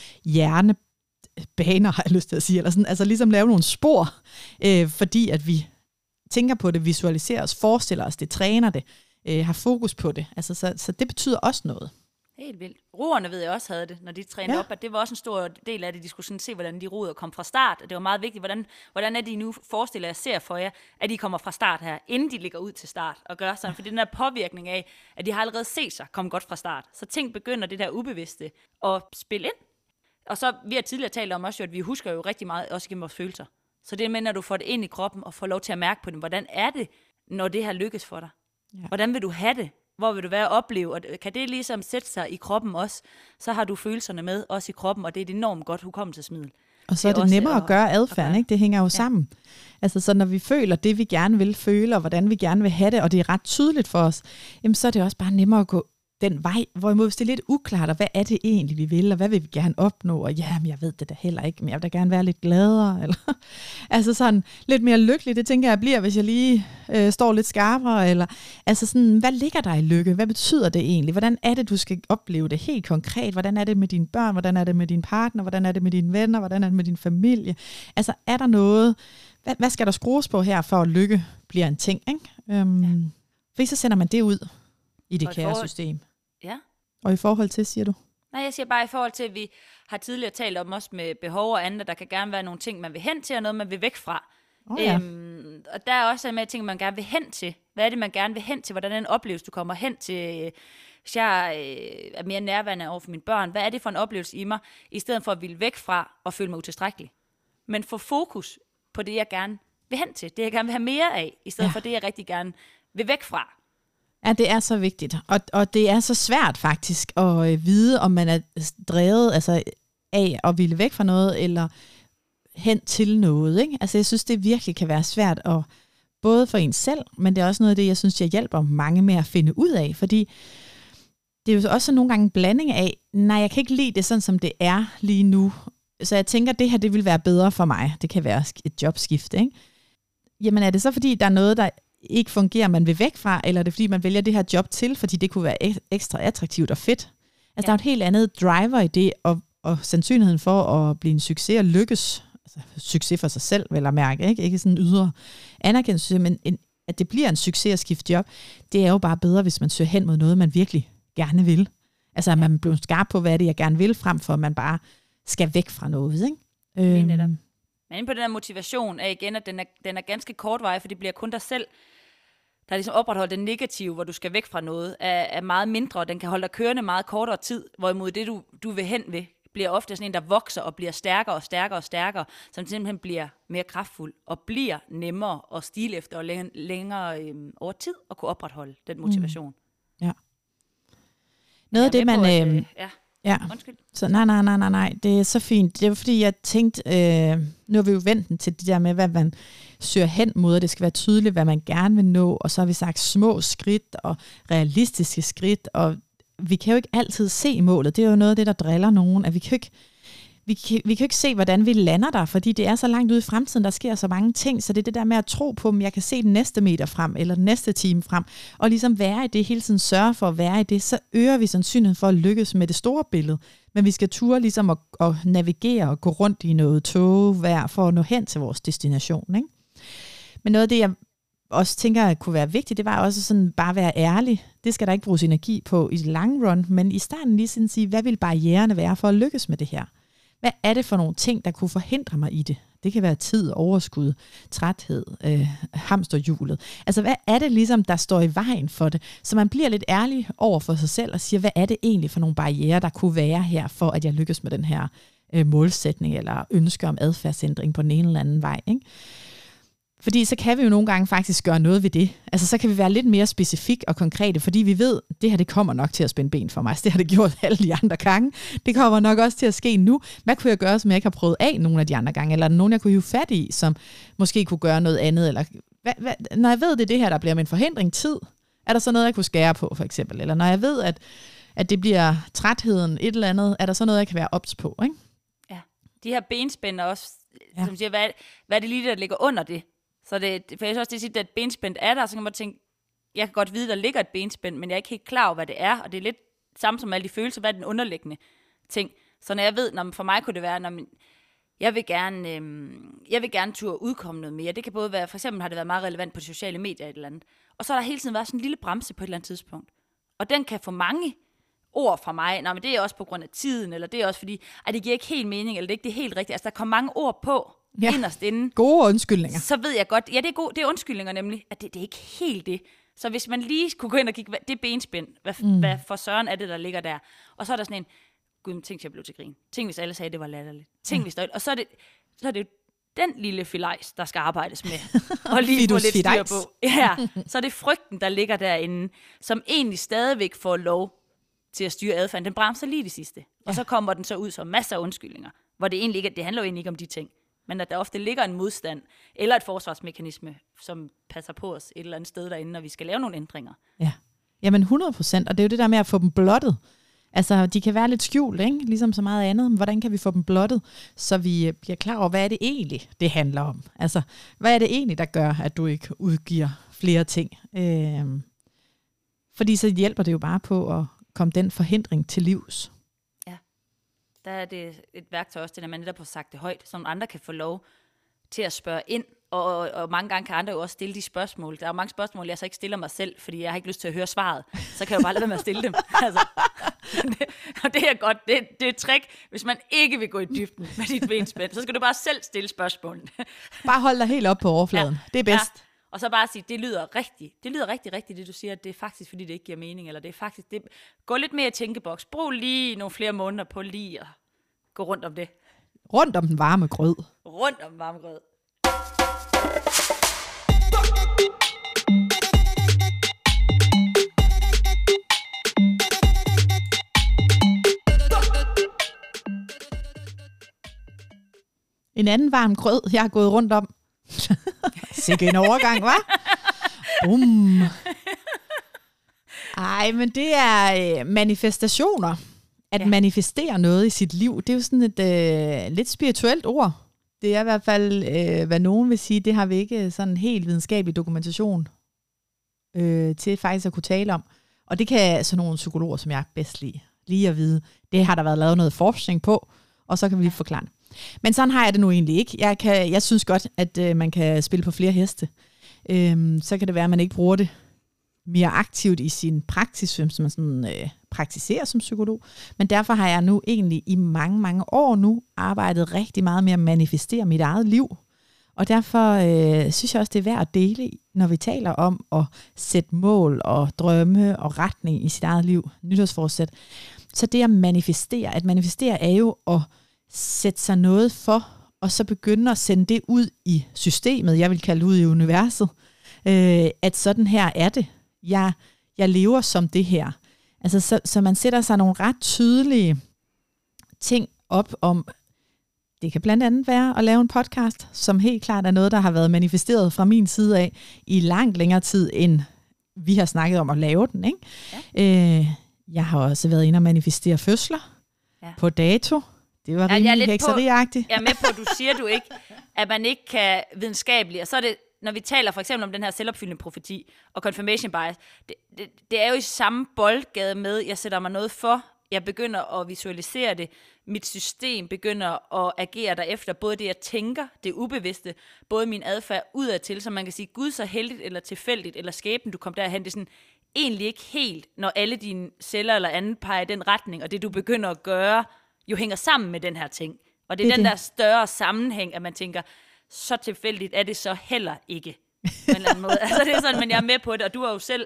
Speaker 2: hjernebaner, har jeg lyst til at sige, eller sådan, altså ligesom lave nogle spor, fordi at vi tænker på det, visualiserer os, forestiller os det, træner det, har fokus på det. Altså, så det betyder også noget.
Speaker 1: Helt vildt. Roerne ved jeg også havde det, når de trænede op, at det var også en stor del af det, de skulle sådan se, hvordan de roder kom fra start. Det var meget vigtigt, hvordan er de nu forestiller jeg ser for jer, at de kommer fra start her, inden de ligger ud til start og gør sådan. For den der påvirkning af, at de har allerede set sig komme godt fra start. Så ting begynder det der ubevidste at spille ind. Og så, vi har tidligere talt om også, at vi husker jo rigtig meget også gennem vores følelser. Så det med, når du får det ind i kroppen og får lov til at mærke på det, hvordan er det, når det her lykkes for dig? Ja. Hvordan vil du have det? Hvor vil du være at opleve? Og kan det ligesom sætte sig i kroppen også? Så har du følelserne med, også i kroppen, og det er et enormt godt hukommelsesmiddel.
Speaker 2: Og så er det nemmere at gøre adfærden, ikke? Det hænger jo sammen. Altså, så når vi føler det, vi gerne vil føle, og hvordan vi gerne vil have det, og det er ret tydeligt for os, jamen, så er det også bare nemmere at gå den vej, hvorimod hvis det er lidt uklart, og hvad er det egentlig, vi vil, og hvad vil vi gerne opnå, og jamen, jeg ved det da heller ikke, men jeg vil da gerne være lidt gladere, eller altså sådan lidt mere lykkelig, det tænker jeg bliver, hvis jeg lige står lidt skarpere, eller altså sådan, hvad ligger der i lykke, hvad betyder det egentlig, hvordan er det, du skal opleve det helt konkret, hvordan er det med dine børn, hvordan er det med din partner, hvordan er det med dine venner, hvordan er det med din familie, altså er der noget, hvad skal der skrues på her, for at lykke bliver en ting, ikke? For så sender man det ud i det kære system.
Speaker 1: Ja.
Speaker 2: Og i forhold til, siger du?
Speaker 1: Nej, jeg siger bare i forhold til, at vi har tidligere talt om også med behov og andet, der kan gerne være nogle ting, man vil hen til, og noget, man vil væk fra. Ja. Og der er også med ting, man gerne vil hen til. Hvad er det, man gerne vil hen til? Hvordan er en oplevelse, du kommer hen til? Hvis jeg er mere nærværende over for mine børn, hvad er det for en oplevelse i mig, i stedet for at ville væk fra og føle mig utilstrækkelig? Men få fokus på det, jeg gerne vil hen til. Det, jeg gerne vil have mere af, i stedet for det, jeg rigtig gerne vil væk fra.
Speaker 2: Ja, det er så vigtigt, og det er så svært faktisk at vide, om man er drevet altså, af at ville væk fra noget, eller hen til noget. Ikke? Altså jeg synes, det virkelig kan være svært, både for en selv, men det er også noget af det, jeg synes, jeg hjælper mange med at finde ud af, fordi det er jo også nogle gange en blanding af, nej, jeg kan ikke lide det sådan, som det er lige nu, så jeg tænker, det her, det vil være bedre for mig. Det kan være et jobskifte, ikke? Jamen er det så, fordi der er noget, der ikke fungerer, man vil væk fra, eller er det fordi, man vælger det her job til, fordi det kunne være ekstra attraktivt og fedt? Altså, der er et helt andet driver i det, og sandsynligheden for at blive en succes og lykkes, altså succes for sig selv, vel at mærke, ikke sådan ydre anerkendelse, men at det bliver en succes at skifte job, det er jo bare bedre, hvis man søger hen mod noget, man virkelig gerne vil. Altså, at man bliver skarp på, hvad er det, jeg gerne vil, frem for at man bare skal væk fra noget, ikke?
Speaker 1: Men inde på den her motivation er igen, at den er ganske kortvarig, for det bliver kun dig selv, der ligesom opretholder den negative, hvor du skal væk fra noget, er meget mindre, og den kan holde dig kørende meget kortere tid, hvorimod det, du vil hen ved, bliver ofte sådan en, der vokser og bliver stærkere og stærkere og stærkere, som simpelthen bliver mere kraftfuld og bliver nemmere at stile efter og længere over tid at kunne opretholde den motivation.
Speaker 2: Ja. Noget af det, man... Ja.
Speaker 1: Undskyld.
Speaker 2: Så nej, det er så fint. Det var fordi, jeg tænkte, nu har vi jo vendt den til det der med, hvad man søger hen mod, og det skal være tydeligt, hvad man gerne vil nå, og så har vi sagt små skridt og realistiske skridt, og vi kan jo ikke altid se målet. Det er jo noget af det, der driller nogen, at vi kan jo ikke se, hvordan vi lander der, fordi det er så langt ude i fremtiden, der sker så mange ting, så det er det der med at tro på, om jeg kan se den næste meter frem, eller den næste time frem, og ligesom være i det, hele tiden sørge for at være i det, så øger vi sandsynligheden for at lykkes med det store billede. Men vi skal ture ligesom at navigere og gå rundt i noget togvejr for at nå hen til vores destination, ikke? Men noget af det, jeg også tænker, at kunne være vigtigt, det var også sådan bare være ærlig. Det skal der ikke bruges energi på i det lange run, men i starten lige sådan sige, hvad vil barriererne være for at lykkes med det her? Hvad er det for nogle ting, der kunne forhindre mig i det? Det kan være tid, overskud, træthed, hamsterhjulet. Altså, hvad er det ligesom, der står i vejen for det? Så man bliver lidt ærlig over for sig selv og siger, hvad er det egentlig for nogle barrierer, der kunne være her, for at jeg lykkes med den her målsætning eller ønske om adfærdsændring på den ene eller anden vej, ikke? Fordi så kan vi jo nogle gange faktisk gøre noget ved det. Altså så kan vi være lidt mere specifik og konkrete, fordi vi ved, at det her det kommer nok til at spænde ben for mig. Så det har det gjort alle de andre gange. Det kommer nok også til at ske nu. Hvad kunne jeg gøre, som jeg ikke har prøvet af nogle af de andre gange? Eller er der nogen, jeg kunne hive fat i, som måske kunne gøre noget andet? Eller når jeg ved, det er det her, der bliver min forhindring, tid, er der så noget, jeg kunne skære på, for eksempel? Eller når jeg ved, at det bliver trætheden, et eller andet, er der så noget, jeg kan være ops på, ikke?
Speaker 1: Ja, de her benspænd også, som siger, hvad er det lige, der ligger under det? Så for jeg synes også, det er sit, at benspænd er der, så kan man tænke, jeg kan godt vide, der ligger et benspænd, men jeg er ikke helt klar over, hvad det er, og det er lidt samme som alle de følelser, hvad er den underliggende ting. Så når jeg ved, for mig kunne det være, jeg vil gerne turde udkomme noget mere. Det kan både være, for eksempel har det været meget relevant på de sociale medier et eller andet, og så har der hele tiden været sådan en lille bremse på et eller andet tidspunkt. Og den kan få mange ord fra mig, men det er også på grund af tiden, eller det er også fordi, det giver ikke helt mening, eller det er ikke det helt rigtige. Altså der kommer mange ord på, inderst inden.
Speaker 2: Gode undskyldninger.
Speaker 1: Så ved jeg godt, det er undskyldninger nemlig, at det er ikke helt det. Så hvis man lige kunne gå ind og kigge, det er benspænd, hvad for søren er det, der ligger der? Og så er der sådan en, gud, tænk, jeg blev til grin. Tænk, hvis alle sagde, det var latterligt. Tænk, hvis der, og så er det jo den lille filajs, der skal arbejdes med. Og lige få lidt styr på. Ja, så er det frygten, der ligger derinde, som egentlig stadigvæk får lov til at styre adfærden. Den bremser lige det sidste. Og så kommer den så ud som masser af undskyldninger, hvor det egentlig ikke, det handler jo egentlig ikke om de ting. Men at der ofte ligger en modstand, eller et forsvarsmekanisme, som passer på os et eller andet sted derinde, når vi skal lave nogle ændringer. Ja.
Speaker 2: Jamen 100%, og det er jo det der med at få dem blottet. Altså, de kan være lidt skjult, ikke? Ligesom så meget andet. Hvordan kan vi få dem blottet, så vi bliver klar over, hvad er det egentlig, det handler om? Altså, hvad er det egentlig, der gør, at du ikke udgiver flere ting? Fordi så hjælper det jo bare på at komme den forhindring til livs.
Speaker 1: Der er det et værktøj også til, at man netop får sagt det højt, så andre kan få lov til at spørge ind, og mange gange kan andre jo også stille de spørgsmål. Der er jo mange spørgsmål, jeg så ikke stiller mig selv, fordi jeg har ikke lyst til at høre svaret. Så kan jeg jo bare lade være med at stille dem. Altså, og det er godt. Det er et trick, hvis man ikke vil gå i dybden med dit benspænd. Så skal du bare selv stille spørgsmålene.
Speaker 2: Bare hold dig helt op på overfladen. Det er bedst.
Speaker 1: Ja. Og så bare sige, det lyder rigtigt, det du siger, at det er faktisk, fordi det ikke giver mening, eller det er faktisk, gå lidt mere i tænkeboks. Brug lige nogle flere måneder på lige at gå rundt om det.
Speaker 2: Rundt om den varme grød.
Speaker 1: Rundt om den varme grød.
Speaker 2: En anden varm grød, jeg har gået rundt om. Sikke en overgang, hva'? Bum. Ej, men det er manifestationer. At manifestere noget i sit liv, det er jo sådan et lidt spirituelt ord. Det er i hvert fald, hvad nogen vil sige, det har vi ikke sådan helt videnskabelig dokumentation til faktisk at kunne tale om. Og det kan sådan nogle psykologer, som jeg bedst lige at vide. Det har der været lavet noget forskning på, og så kan vi lige forklare det. Men sådan har jeg det nu egentlig ikke. Jeg synes godt, at man kan spille på flere heste. Så kan det være, at man ikke bruger det mere aktivt i sin praksis, som man sådan, praktiserer som psykolog. Men derfor har jeg nu egentlig i mange, mange år nu arbejdet rigtig meget med at manifestere mit eget liv. Og derfor synes jeg også, det er værd at dele, når vi taler om at sætte mål og drømme og retning i sit eget liv, nytårsforsæt. Så det at manifestere er jo at sætte sig noget for, og så begynde at sende det ud i systemet, jeg vil kalde ud i universet, at sådan her er det. Jeg lever som det her. Altså, så man sætter sig nogle ret tydelige ting op om, det kan blandt andet være at lave en podcast, som helt klart er noget, der har været manifesteret fra min side af i langt længere tid, end vi har snakket om at lave den. Ikke? Ja. Jeg har også været inde og manifestere fødsler på dato. Det var rimelig hekseriagtigt.
Speaker 1: Jeg er med på, at du siger du ikke, at man ikke kan videnskabeligt. Og så er det, når vi taler for eksempel om den her selvopfyldende profeti og confirmation bias, det er jo i samme boldgade med, jeg sætter mig noget for, jeg begynder at visualisere det, mit system begynder at agere derefter, både det jeg tænker, det ubevidste, både min adfærd udadtil, så man kan sige, Gud så heldigt eller tilfældigt, eller skæbnen, du kom derhen, det er sådan egentlig ikke helt, når alle dine celler eller andet peger i den retning, og det du begynder at gøre, jo hænger sammen med den her ting. Og det er den der større sammenhæng, at man tænker, så tilfældigt er det så heller ikke. På en eller anden måde. Altså det er sådan, men jeg er med på det, og du er jo selv,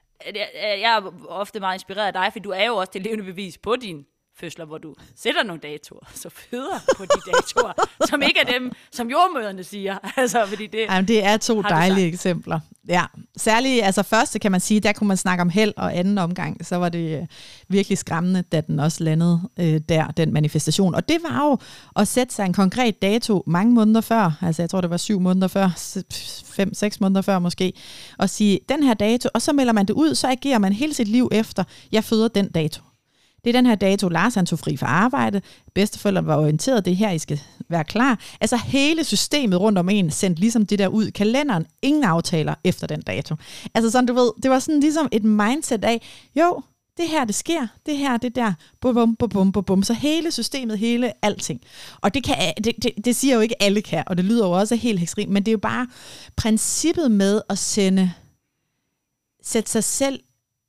Speaker 1: jeg er ofte meget inspireret af dig, for du er jo også det levende bevis på din fødsler, hvor du sætter nogle datoer, så føder på de datoer, som ikke er dem, som jordmøderne siger. Altså, fordi
Speaker 2: det er 2 dejlige eksempler. Ja, særligt, altså første kan man sige, der kunne man snakke om held, og anden omgang, så var det virkelig skræmmende, da den også landede den manifestation. Og det var jo at sætte sig en konkret dato mange måneder før, altså jeg tror det var 7 måneder før, 5-6 måneder før måske, og sige den her dato, og så melder man det ud, så agerer man hele sit liv efter, jeg føder den dato. Det er den her dato, Lars han tog fri fra arbejde, bedsteforældrene var orienteret, det her, I skal være klar. Altså hele systemet rundt om en sendte ligesom det der ud, kalenderen, ingen aftaler efter den dato. Altså sådan, du ved, det var sådan ligesom et mindset af, jo, det her, det sker, det her, det der, bum, bum, bum, bum, bum. Så hele systemet, hele alting. Og det siger jo ikke alle kan, og det lyder jo også helt ekstremt, men det er jo bare princippet med at sætte sig selv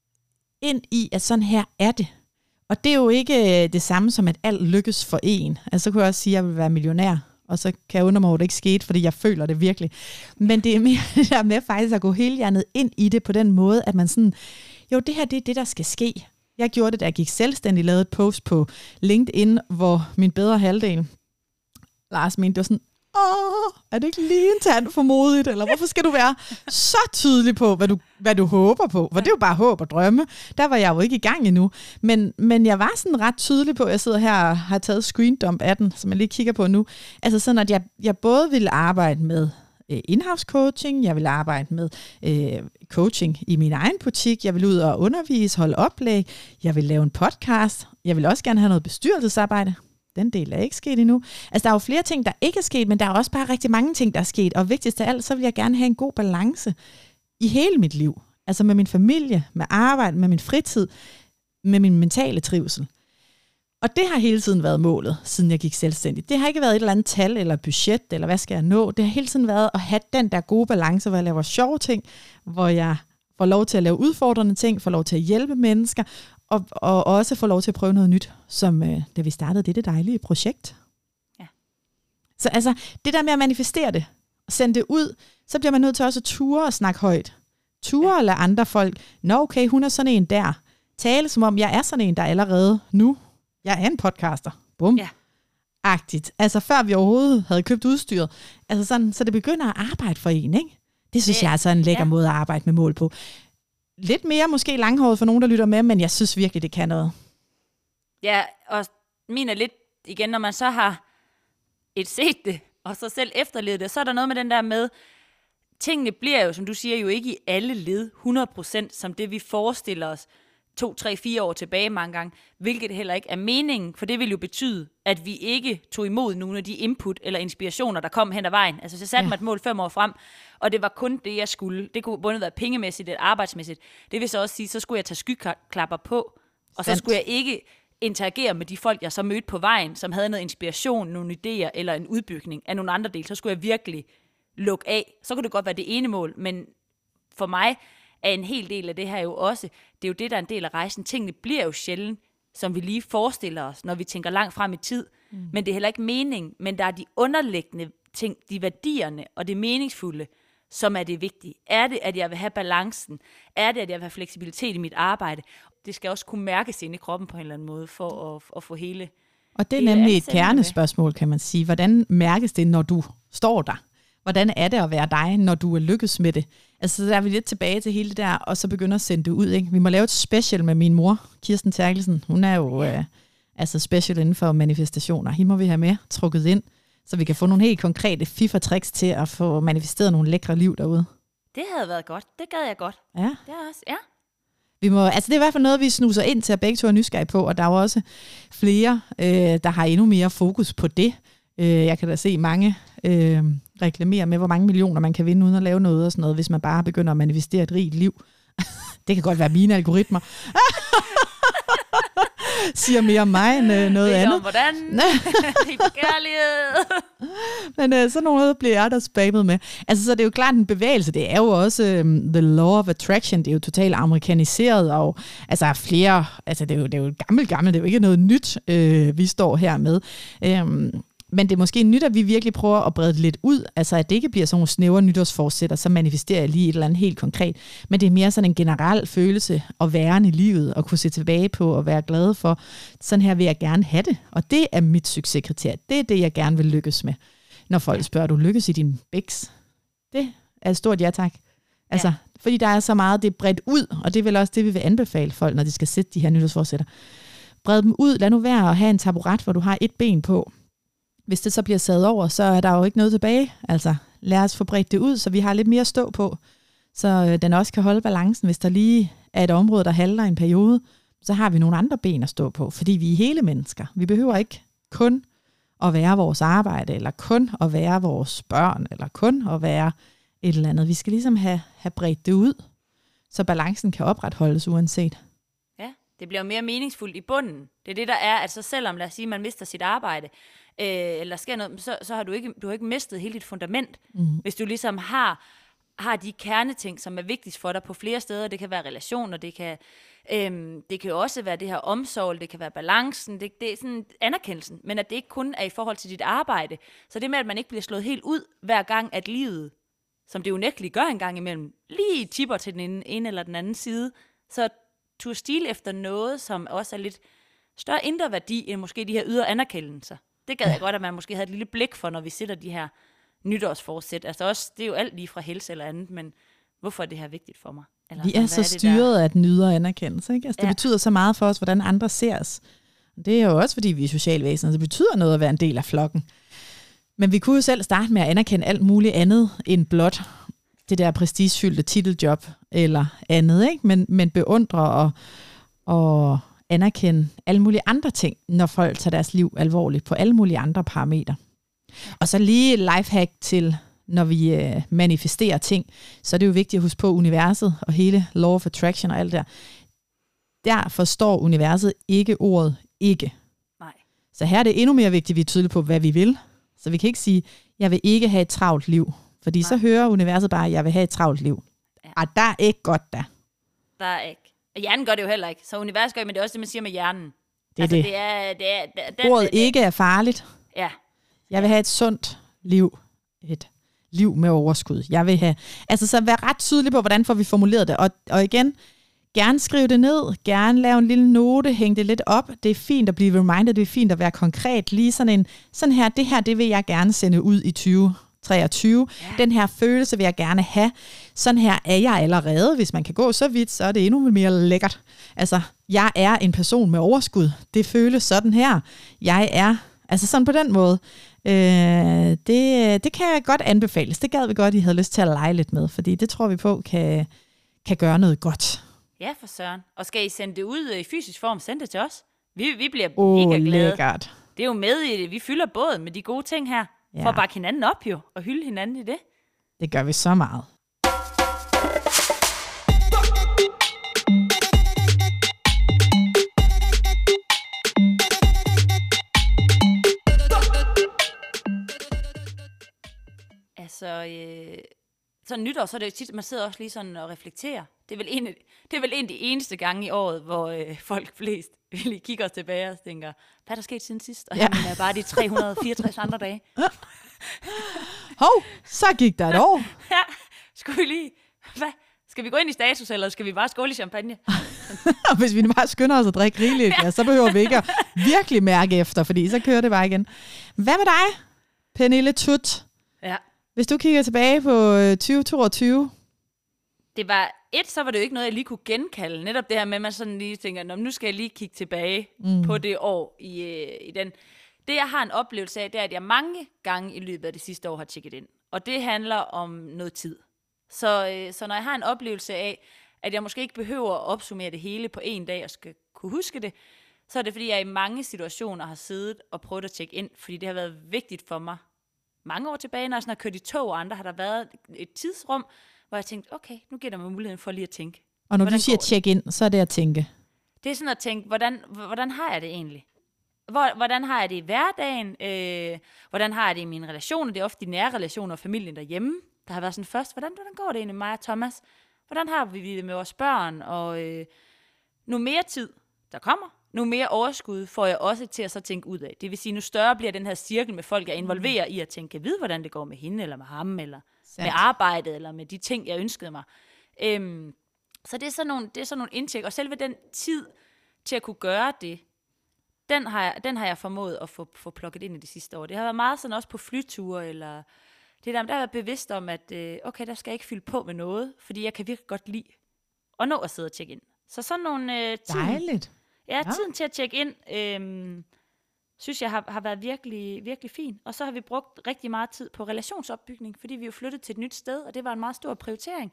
Speaker 2: ind i, at sådan her er det. Og det er jo ikke det samme som, at alt lykkes for en. Altså så kunne jeg også sige, at jeg vil være millionær, og så kan jeg undre mig, at det ikke skete, fordi jeg føler det virkelig. Men det er mere det der med faktisk at gå helhjertet ind i det på den måde, at man sådan, jo det her det er det, der skal ske. Jeg gjorde det, da jeg gik selvstændig, lavede et post på LinkedIn, hvor min bedre halvdel, Lars, mente, det var sådan, er det ikke lige en tand for modigt, eller hvorfor skal du være så tydelig på, hvad du håber på? For det er jo bare håb og drømme. Der var jeg jo ikke i gang endnu. Men jeg var sådan ret tydelig på, jeg sidder her og har taget screendump af den, som jeg lige kigger på nu. Altså sådan, at jeg både ville arbejde med in-house coaching, jeg ville arbejde med coaching i min egen butik, jeg ville ud og undervise, holde oplæg, jeg ville lave en podcast, jeg ville også gerne have noget bestyrelsesarbejde. Den del er ikke sket endnu. Altså, der er jo flere ting, der ikke er sket, men der er også bare rigtig mange ting, der er sket. Og vigtigst af alt, så vil jeg gerne have en god balance i hele mit liv. Altså med min familie, med arbejde, med min fritid, med min mentale trivsel. Og det har hele tiden været målet, siden jeg gik selvstændig. Det har ikke været et eller andet tal eller budget, eller hvad skal jeg nå. Det har hele tiden været at have den der gode balance, hvor jeg laver sjove ting, hvor jeg får lov til at lave udfordrende ting, får lov til at hjælpe mennesker, og også få lov til at prøve noget nyt, som da vi startede det dejlige projekt. Ja. Så altså, det der med at manifestere det, og sende det ud, så bliver man nødt til også at ture og snakke højt. Ture og lade andre folk, okay, hun er sådan en der. Tale som om, jeg er sådan en, der allerede nu. Jeg er en podcaster. Bum. Ja. Agtigt. Altså før vi overhovedet havde købt udstyret. Altså sådan, så det begynder at arbejde for en, ikke? Det synes jeg er så en lækker måde at arbejde med mål på. Lidt mere måske langhåret for nogen, der lytter med, men jeg synes virkelig, det kan noget.
Speaker 1: Ja, og min er lidt, igen, når man så har set det, og så selv efterlevet det, så er der noget med den der med, tingene bliver jo, som du siger, jo ikke i alle led 100% som det, vi forestiller os 2, 3, 4 år tilbage mange gange, hvilket heller ikke er meningen, for det vil jo betyde, at vi ikke tog imod nogle af de input eller inspirationer, der kom hen ad vejen. Altså, så satte mig et mål 5 år frem, og det var kun det, jeg skulle. Det kunne både være pengemæssigt eller arbejdsmæssigt. Det vil så også sige, så skulle jeg tage skyklapper på, og så skulle jeg ikke interagere med de folk, jeg så mødte på vejen, som havde noget inspiration, nogle idéer eller en udbygning af nogle andre dele. Så skulle jeg virkelig lukke af. Så kunne det godt være det ene mål, men for mig er en hel del af det her jo også, det er jo det, der er en del af rejsen. Tingene bliver jo sjældent, som vi lige forestiller os, når vi tænker langt frem i tid. Men det er heller ikke mening, men der er de underliggende ting, de værdierne og det meningsfulde, som er det vigtige. Er det, at jeg vil have balancen? Er det, at jeg vil have fleksibilitet i mit arbejde? Det skal også kunne mærkes inde i kroppen på en eller anden måde, for at få hele...
Speaker 2: Og det er nemlig et kernespørgsmål, kan man sige. Hvordan mærkes det, når du står der? Hvordan er det at være dig, når du er lykkes med det? Altså, der er vi lidt tilbage til hele det der, og så begynder at sende det ud, ikke? Vi må lave et special med min mor, Kirsten Terkelsen. Hun er jo altså special inden for manifestationer. Hende må vi have med, trukket ind, så vi kan få nogle helt konkrete fif og tricks til at få manifesteret nogle lækre liv derude.
Speaker 1: Det havde været godt. Det gad jeg godt.
Speaker 2: Ja.
Speaker 1: Det er også, ja.
Speaker 2: Det er i hvert fald noget, vi snuser ind til, at begge to er nysgerrige på, og der er jo også flere, der har endnu mere fokus på det. Jeg kan da se mange reklamere med, hvor mange millioner man kan vinde uden at lave noget og sådan noget, hvis man bare begynder at manifestere et rigt liv. Det kan godt være mine algoritmer. Siger mere om mig end noget andet.
Speaker 1: Om hvordan. Helt kærlighed.
Speaker 2: Men sådan noget bliver jeg der spammet med. Altså, så det er jo klart en bevægelse. Det er jo også the law of attraction. Det er jo totalt amerikaniseret. Og altså flere, altså det er jo gammelt. Det er jo ikke noget nyt, vi står her med. Men det er måske nyt, at vi virkelig prøver at brede det lidt ud. Altså, at det ikke bliver sådan nogle snævre nytårsforsætter, så manifesterer jeg lige et eller andet helt konkret. Men det er mere sådan en generel følelse at være i livet, og kunne se tilbage på og være glad for. Sådan her vil jeg gerne have det. Og det er mit succeskriterie. Det er det, jeg gerne vil lykkes med. Når folk spørger, du lykkes i din bæks? Det er et stort ja tak. Altså, fordi der er så meget, det er bredt ud, og det er vel også det, vi vil anbefale folk, når de skal sætte de her nytårsforsætter. Bred dem ud. Lad nu være at have en taburet, hvor du har et ben på. Hvis det så bliver sat over, så er der jo ikke noget tilbage. Altså, lad os få bredt det ud, så vi har lidt mere at stå på. Så den også kan holde balancen. Hvis der lige er et område, der halter en periode, så har vi nogle andre ben at stå på. Fordi vi er hele mennesker. Vi behøver ikke kun at være vores arbejde, eller kun at være vores børn, eller kun at være et eller andet. Vi skal ligesom have bredt det ud, så balancen kan opretholdes uanset.
Speaker 1: Ja, det bliver mere meningsfuldt i bunden. Det er det, der er, altså selvom, lad os sige, man mister sit arbejde, eller sker noget, så har du ikke mistet hele dit fundament. Hvis du ligesom har de kerneting, som er vigtigst for dig på flere steder. Det kan være relationer, det kan også være det her omsorg, det kan være balancen, det er sådan anerkendelsen, men at det ikke kun er i forhold til dit arbejde. Så det med, at man ikke bliver slået helt ud hver gang, at livet, som det unægteligt gør en gang imellem, lige tipper til den ene eller den anden side, så turde stile efter noget, som også er lidt større indre værdi, end måske de her ydre anerkendelser. Det gad jeg godt, at man måske havde et lille blik for, når vi sætter de her nytårsforsæt. Altså også, det er jo alt lige fra helse eller andet, men hvorfor er det her vigtigt for mig? Eller
Speaker 2: vi er så styret af den ydre anerkendelse, ikke? Altså, det betyder så meget for os, hvordan andre ser os. Det er jo også, fordi vi er socialvæsener, så det betyder noget at være en del af flokken. Men vi kunne jo selv starte med at anerkende alt muligt andet end blot det der prestigefyldte titeljob eller andet, ikke? Men beundre og anerkende alle mulige andre ting, når folk tager deres liv alvorligt på alle mulige andre parametre. Og så lige lifehack til, når vi manifesterer ting, så er det jo vigtigt at huske på universet og hele law of attraction og alt der. Der forstår universet ikke ordet ikke.
Speaker 1: Nej.
Speaker 2: Så her er det endnu mere vigtigt, at vi er tydelige på, hvad vi vil. Så vi kan ikke sige, jeg vil ikke have et travlt liv. Fordi så hører universet bare, jeg vil have et travlt liv. Ja. Og der er ikke godt da.
Speaker 1: Der er ikke. Og hjernen gør det jo heller ikke. Så universet gør det, men det er også det, man siger med hjernen.
Speaker 2: Det er det. Ordet ikke er farligt.
Speaker 1: Ja.
Speaker 2: Jeg vil have et sundt liv. Et liv med overskud. Jeg vil have... Altså, så vær ret tydelig på, hvordan får vi formuleret det. Og igen, gerne skrive det ned. Gerne lave en lille note. Hænge det lidt op. Det er fint at blive reminded. Det er fint at være konkret. Lige sådan her, det vil jeg gerne sende ud i 2023. Ja. Den her følelse vil jeg gerne have. Sådan her er jeg allerede. Hvis man kan gå så vidt, så er det endnu mere lækkert. Altså, jeg er en person med overskud. Det føles sådan her. Jeg er... Altså sådan på den måde. Det kan godt anbefales. Det gad vi godt, I havde lyst til at lege lidt med, fordi det tror vi på kan gøre noget godt.
Speaker 1: Ja, for søren. Og skal I sende det ud i fysisk form, send det til os. Vi bliver mega glade.
Speaker 2: Lækkert.
Speaker 1: Det er jo med i det. Vi fylder båden med de gode ting her. Ja. For at bakke hinanden op jo, og hylde hinanden i det.
Speaker 2: Det gør vi så meget.
Speaker 1: Så nytår, så er det jo tit, man sidder også lige sådan og reflekterer. Det er vel en af de eneste gange i året, hvor folk flest lige kigger os tilbage og tænker, hvad er der sket siden sidst? Og her er bare de 364 andre dage.
Speaker 2: Hov, så gik der et år.
Speaker 1: Ja, skulle vi lige... Hvad? Skal vi gå ind i status, eller skal vi bare skåle i champagne?
Speaker 2: Hvis vi bare skynder os at drikke rigeligt, ja, så behøver vi ikke at virkelig mærke efter, fordi så kører det bare igen. Hvad med dig, Pernille Tut?
Speaker 1: Ja.
Speaker 2: Hvis du kigger tilbage på 2022?
Speaker 1: Det var så var det jo ikke noget, jeg lige kunne genkalde. Netop det her med, at man sådan lige tænker, nu skal jeg lige kigge tilbage på det år i den. Det, jeg har en oplevelse af, det er, at jeg mange gange i løbet af det sidste år har tjekket ind. Og det handler om noget tid. Så når jeg har en oplevelse af, at jeg måske ikke behøver at opsummere det hele på en dag og skal kunne huske det, så er det, fordi jeg i mange situationer har siddet og prøvet at tjekke ind, fordi det har været vigtigt for mig. Mange år tilbage, når jeg sådan har kørt i tog og andre, har der været et tidsrum, hvor jeg tænkte, okay, nu giver der mig muligheden for lige at tænke.
Speaker 2: Og når du siger tjek ind, så er det at tænke? Det
Speaker 1: er sådan at tænke, hvordan har jeg det egentlig? Hvordan har jeg det i hverdagen? Hvordan har jeg det i mine relationer? Det er ofte de nære relationer og familien derhjemme. Der har været sådan først, hvordan går det egentlig mig og Thomas? Hvordan har vi det med vores børn? Og nu mere tid, der kommer, nu mere overskud får jeg også til at så tænke ud af. Det vil sige, nu større bliver den her cirkel med folk, jeg involverer i at tænke, jeg ved, hvordan det går med hende, eller med ham, eller med arbejdet, eller med de ting, jeg ønskede mig. Så det er sådan nogle indtjek, og selve den tid til at kunne gøre det, den har jeg formået at få plukket ind i det sidste år. Det har været meget sådan også på flyture, eller det der har været bevidst om, at okay, der skal jeg ikke fylde på med noget, fordi jeg kan virkelig godt lide at nå at sidde og tjekke ind. Så sådan nogle
Speaker 2: dejligt.
Speaker 1: Ja, tiden til at tjekke ind, synes jeg har været virkelig, virkelig fin. Og så har vi brugt rigtig meget tid på relationsopbygning, fordi vi jo flyttet til et nyt sted, og det var en meget stor prioritering.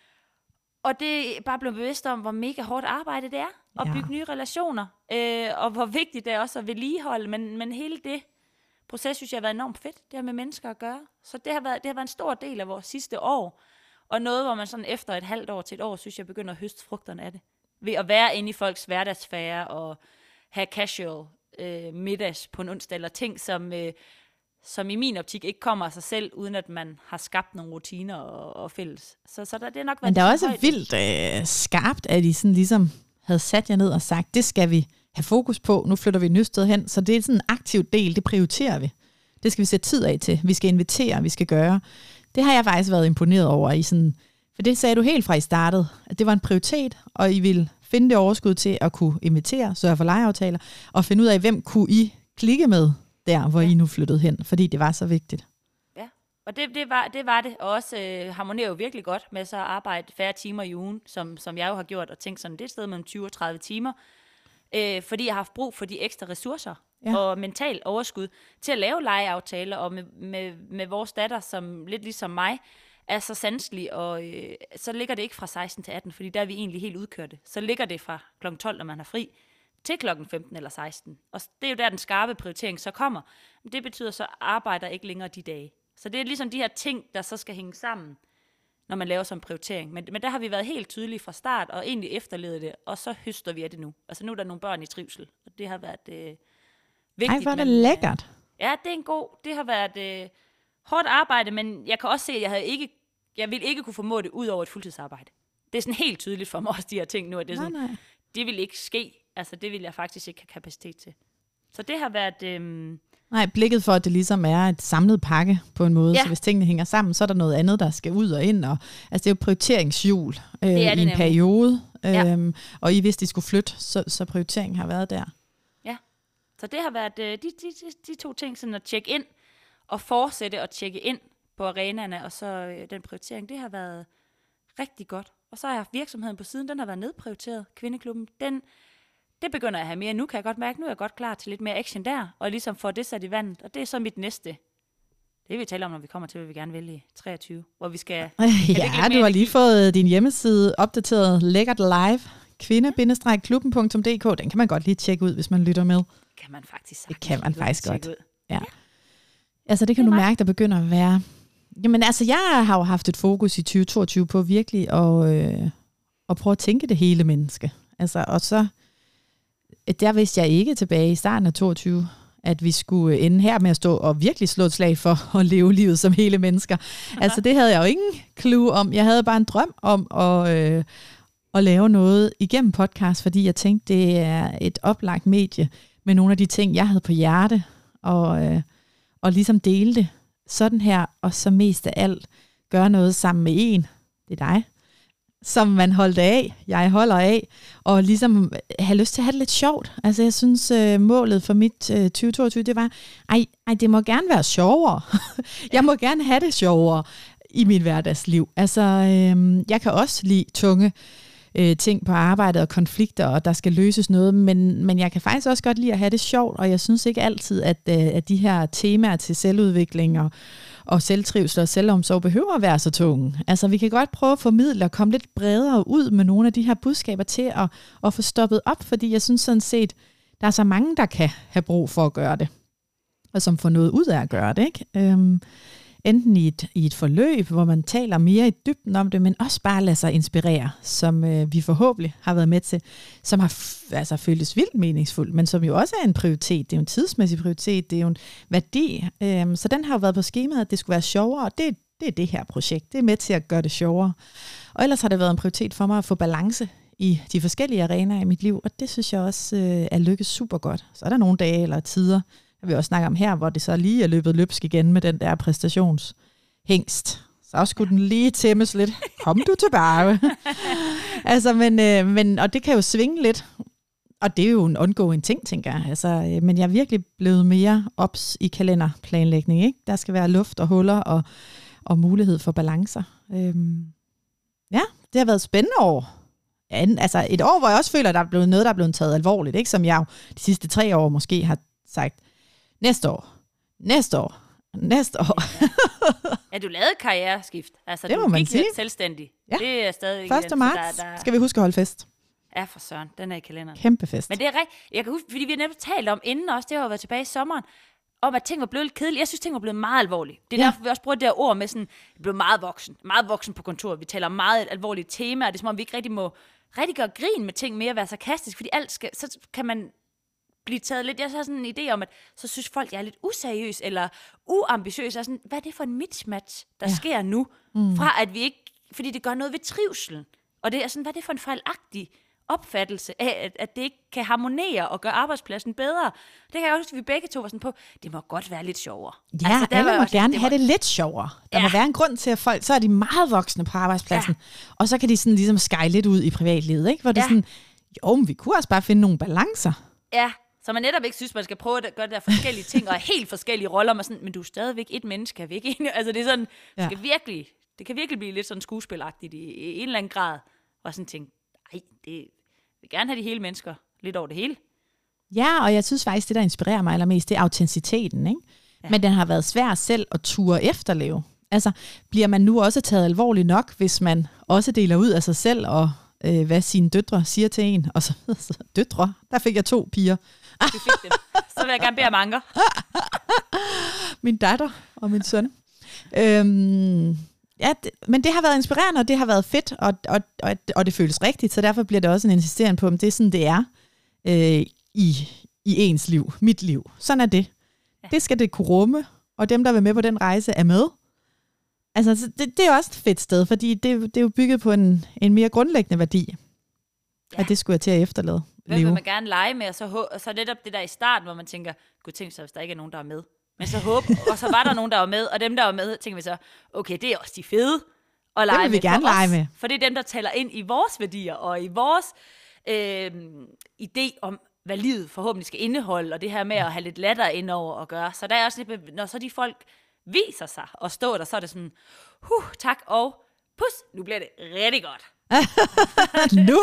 Speaker 1: Og det er bare blevet bevidst om, hvor mega hårdt arbejde det er at bygge nye relationer, og hvor vigtigt det er også at vedligeholde, men hele det proces, synes jeg, har været enormt fedt, det har med mennesker at gøre. Så det har været en stor del af vores sidste år, og noget, hvor man sådan efter et halvt år til et år, synes jeg, begynder at høste frugterne af det. Ved at være inde i folks hverdagssfære, og have casual middags på en onsdag, eller ting, som i min optik ikke kommer af sig selv, uden at man har skabt nogle rutiner og fælles. Så det er nok været.
Speaker 2: Men det er også vildt skarpt, at I sådan ligesom havde sat jer ned og sagt, det skal vi have fokus på, nu flytter vi et nyt sted hen, så det er sådan en aktiv del, det prioriterer vi. Det skal vi sætte tid af til, vi skal invitere, vi skal gøre. Det har jeg faktisk været imponeret over i sådan, for det sagde du helt fra I startede, at det var en prioritet, og I ville finde det overskud til at kunne invitere, sørge for lejeaftaler, og finde ud af, hvem kunne I klikke med der, hvor I nu flyttede hen, fordi det var så vigtigt.
Speaker 1: Ja, og det var det, og også harmonerer jo virkelig godt med så at arbejde færre timer i ugen, som jeg jo har gjort, og tænkt sådan, det er et sted mellem 20 og 30 timer, fordi jeg har haft brug for de ekstra ressourcer og mental overskud til at lave lejeaftaler, og med vores datter, som lidt ligesom mig, er så sanselig, og så ligger det ikke fra 16 til 18, fordi der er vi egentlig helt udkørte. Så ligger det fra kl. 12, når man har fri, til kl. 15 eller 16. Og det er jo der, den skarpe prioritering så kommer. Det betyder så, arbejder ikke længere de dage. Så det er ligesom de her ting, der så skal hænge sammen, når man laver sådan en prioritering. Men der har vi været helt tydelige fra start, og egentlig efterlevet det, og så høster vi af det nu. Altså nu er der nogle børn i trivsel, og det har været vigtigt.
Speaker 2: Ej, hvor er det lækkert.
Speaker 1: Ja, det har været hårdt arbejde, men jeg kan også se, at jeg vil ikke kunne formå det ud over et fuldtidsarbejde. Det er sådan helt tydeligt for mig også, de her ting nu, at det er sådan, det vil ikke ske. Altså, det vil jeg faktisk ikke have kapacitet til. Så det har været...
Speaker 2: Nej, blikket for, at det ligesom er et samlet pakke på en måde, så hvis tingene hænger sammen, så er der noget andet, der skal ud og ind. Og, altså, det er jo prioriteringshjul i en periode, og I vidste, de skulle flytte, så prioriteringen har været der.
Speaker 1: Ja, så det har været de to ting, sådan at tjekke ind, og fortsætte at tjekke ind på arenaerne, og så den prioritering, det har været rigtig godt. Og så har jeg haft virksomheden på siden, den har været nedprioriteret, Kvindeklubben. Det begynder jeg at have mere. Nu kan jeg godt mærke, nu er jeg godt klar til lidt mere action der, og ligesom få det sat i vandet. Og det er så mit næste. Det vi taler om, når vi kommer til, hvad vi gerne vil i 23, hvor vi skal...
Speaker 2: Ja, du har lige fået din hjemmeside opdateret lækkert live, kvinde-klubben.dk. Den kan man godt lige tjekke ud, hvis man lytter med.
Speaker 1: Kan man faktisk
Speaker 2: det kan man faktisk godt.
Speaker 1: Ud.
Speaker 2: Ja. Altså det kan du mærke, der begynder at være... Jamen altså, jeg har jo haft et fokus i 2022 på virkelig at prøve at tænke det hele menneske. Altså, og så... Der vidste jeg ikke tilbage i starten af 22, at vi skulle ende her med at stå og virkelig slå et slag for at leve livet som hele mennesker. Altså det havde jeg jo ingen clue om. Jeg havde bare en drøm om at lave noget igennem podcast, fordi jeg tænkte, det er et oplagt medie med nogle af de ting, jeg havde på hjerte, og ligesom dele det sådan her, og så mest af alt gøre noget sammen med en, det er dig, som man holdt af, jeg holder af, og ligesom have lyst til at have det lidt sjovt. Altså jeg synes, målet for mit 2022, det var, det må gerne være sjovere. Jeg må gerne have det sjovere i mit hverdagsliv. Altså, jeg kan også lide tunge ting på arbejdet og konflikter, og der skal løses noget, men jeg kan faktisk også godt lide at have det sjovt, og jeg synes ikke altid, at de her temaer til selvudvikling og selvtrivsel og selvomsorg behøver at være så tunge. Altså, vi kan godt prøve at formidle og komme lidt bredere ud med nogle af de her budskaber til at få stoppet op, fordi jeg synes sådan set, der er så mange, der kan have brug for at gøre det, og som får noget ud af at gøre det, ikke? Enten i et forløb, hvor man taler mere i dybden om det, men også bare lader sig inspirere, som vi forhåbentlig har været med til, som har føltes vildt meningsfuldt, men som jo også er en prioritet. Det er jo en tidsmæssig prioritet, det er jo en værdi. Så den har jo været på skemaet, at det skulle være sjovere, og det er det her projekt. Det er med til at gøre det sjovere. Og ellers har det været en prioritet for mig at få balance i de forskellige arenaer i mit liv, og det synes jeg også er lykkes super godt. Så er der nogle dage eller tider, jeg vil også snakke om her, hvor det så lige er løbet løbsk igen med den der præstationshængst. Så skulle den lige tæmmes lidt. Kom du tilbage. Altså, men, og det kan jo svinge lidt. Og det er jo en ongoing ting, tænker jeg. Altså, men jeg er virkelig blevet mere ops i kalenderplanlægning. Ikke? Der skal være luft og huller og mulighed for balancer. Ja, det har været spændende år. Altså et år, hvor jeg også føler, at der er blevet noget, der er blevet taget alvorligt. Ikke? Som jeg jo de sidste 3 år måske har sagt, næste år.
Speaker 1: Ja, du lavede karriereskift. Altså,
Speaker 2: det må
Speaker 1: du
Speaker 2: man
Speaker 1: gik
Speaker 2: sige.
Speaker 1: helt selvstændig. Ja. Det er stadig
Speaker 2: 1. marts skal vi huske at holde fest.
Speaker 1: Ja, for søren. Den er i kalenderen.
Speaker 2: Kæmpe fest.
Speaker 1: Men det er rigtigt. Jeg kan huske, fordi vi har netop talt om inden også, det har jo været tilbage i sommeren, om at ting var blevet lidt kedelige. Jeg synes, ting var blevet meget alvorlige. Det er derfor, vi også bruger det der ord med sådan, det blev meget voksen på kontoret. Vi taler om meget alvorlige temaer. Det er som om, vi ikke rigtig må gøre grin med ting mere, være sarkastisk, fordi så kan man blive taget lidt. Jeg har sådan en idé om, at så synes folk, jeg er lidt useriøs eller uambitiøs. Og sådan, hvad er det for en mismatch, der sker nu? Fra at vi ikke, fordi det gør noget ved trivselen. Og det er sådan, hvad er det for en fejlagtig opfattelse af, at det ikke kan harmonere og gøre arbejdspladsen bedre. Det kan jeg også, at vi begge to var sådan på, det må godt være lidt sjovere.
Speaker 2: Ja, altså, alle må gerne have det lidt sjovere. Der må være en grund til, at folk, så er de meget voksne på arbejdspladsen, og så kan de sådan ligesom skyle lidt ud i privatlivet, ikke? Hvor det er sådan, jo, men vi kunne også bare finde nogle balancer.
Speaker 1: Ja, så man netop ikke synes, man skal prøve at gøre der forskellige ting, og helt forskellige roller, men, sådan, men du er stadigvæk et menneske, er vi ikke enige? Altså det er sådan, det kan virkelig blive lidt sådan skuespilagtigt i en eller anden grad, og sådan tænke, det vil gerne have de hele mennesker lidt over det hele.
Speaker 2: Ja, og jeg synes faktisk, det der inspirerer mig allermest, det er autenticiteten, ikke? Ja. Men den har været svær selv at ture efterleve. Altså, bliver man nu også taget alvorligt nok, hvis man også deler ud af sig selv, og hvad sine døtre siger til en, og så døtre, der fik jeg 2 piger.
Speaker 1: Du fik dem. Så vil jeg gerne bede om anker.
Speaker 2: Min datter og min søn. Ja, men det har været inspirerende, og det har været fedt, og det føles rigtigt, så derfor bliver det også en insisteren på, om det er sådan, det er i ens liv, mit liv. Sådan er det. Ja. Det skal det kunne rumme, og dem, der vil med på den rejse, er med. Altså, det er også et fedt sted, fordi det er jo bygget på en mere grundlæggende værdi, at det skulle jeg til at efterlade.
Speaker 1: Hvem vil man gerne lege med, og så netop det der i starten, hvor man tænker, gud tænk så, hvis der ikke er nogen, der er med. Men så og så var der nogen, der var med, og dem, der var med, tænker vi så, okay, det er også de fede at lege med.
Speaker 2: Det vil vi gerne lege med.
Speaker 1: For det er dem, der taler ind i vores værdier, og i vores idé om, hvad livet forhåbentlig skal indeholde, og det her med at have lidt latter indover at gøre. Så der er også lidt, når så de folk viser sig og står der, så er det sådan, tak og pus, nu bliver det rigtig godt.
Speaker 2: Nu!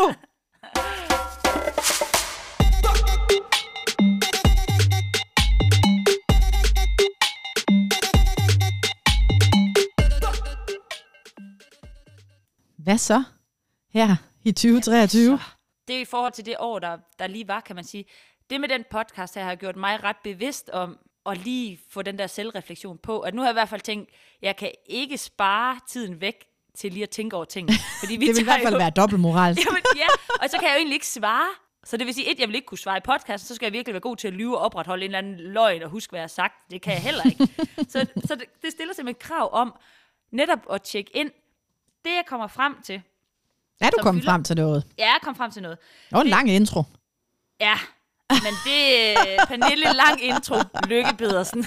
Speaker 2: Hvad så her i 2023?
Speaker 1: Det er i forhold til det år, der lige var, kan man sige. Det med den podcast her har gjort mig ret bevidst om at lige få den der selvreflektion på. At nu har jeg i hvert fald tænkt, jeg kan ikke spare tiden væk til lige at tænke over ting. Fordi vi
Speaker 2: det vil i hvert fald være dobbeltmoralsk.
Speaker 1: Jamen, ja, og så kan jeg jo egentlig ikke svare. Så det vil sige, jeg vil ikke kunne svare i podcasten, så skal jeg virkelig være god til at lyve og opretholde en eller anden løgn og huske, hvad jeg har sagt. Det kan jeg heller ikke. Så det stiller simpelthen et krav om netop at tjekke ind. Det, jeg kommer frem til.
Speaker 2: Er du kommet frem til noget?
Speaker 1: Ja, jeg kom frem til noget.
Speaker 2: Det var en lang intro.
Speaker 1: Ja, men det er Pernille lang intro, Lykke Pedersen.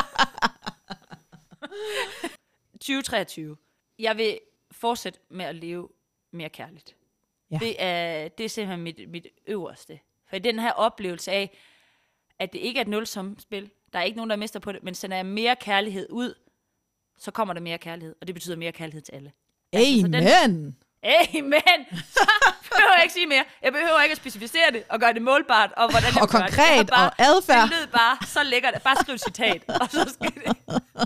Speaker 1: 2023. Jeg vil fortsætte med at leve mere kærligt. Ja. Det er simpelthen mit øverste. For den her oplevelse af, at det ikke er et nulsumspil, der er ikke nogen, der mister på det, men sender jeg mere kærlighed ud, så kommer der mere kærlighed, og det betyder mere kærlighed til alle.
Speaker 2: Amen!
Speaker 1: Amen! Så behøver jeg ikke sige mere. Jeg behøver ikke at specificere det, og gøre det målbart, og hvordan jeg
Speaker 2: og konkret, og adfærd.
Speaker 1: Det lød bare så lækkert. Bare skriv citat, og så skal det.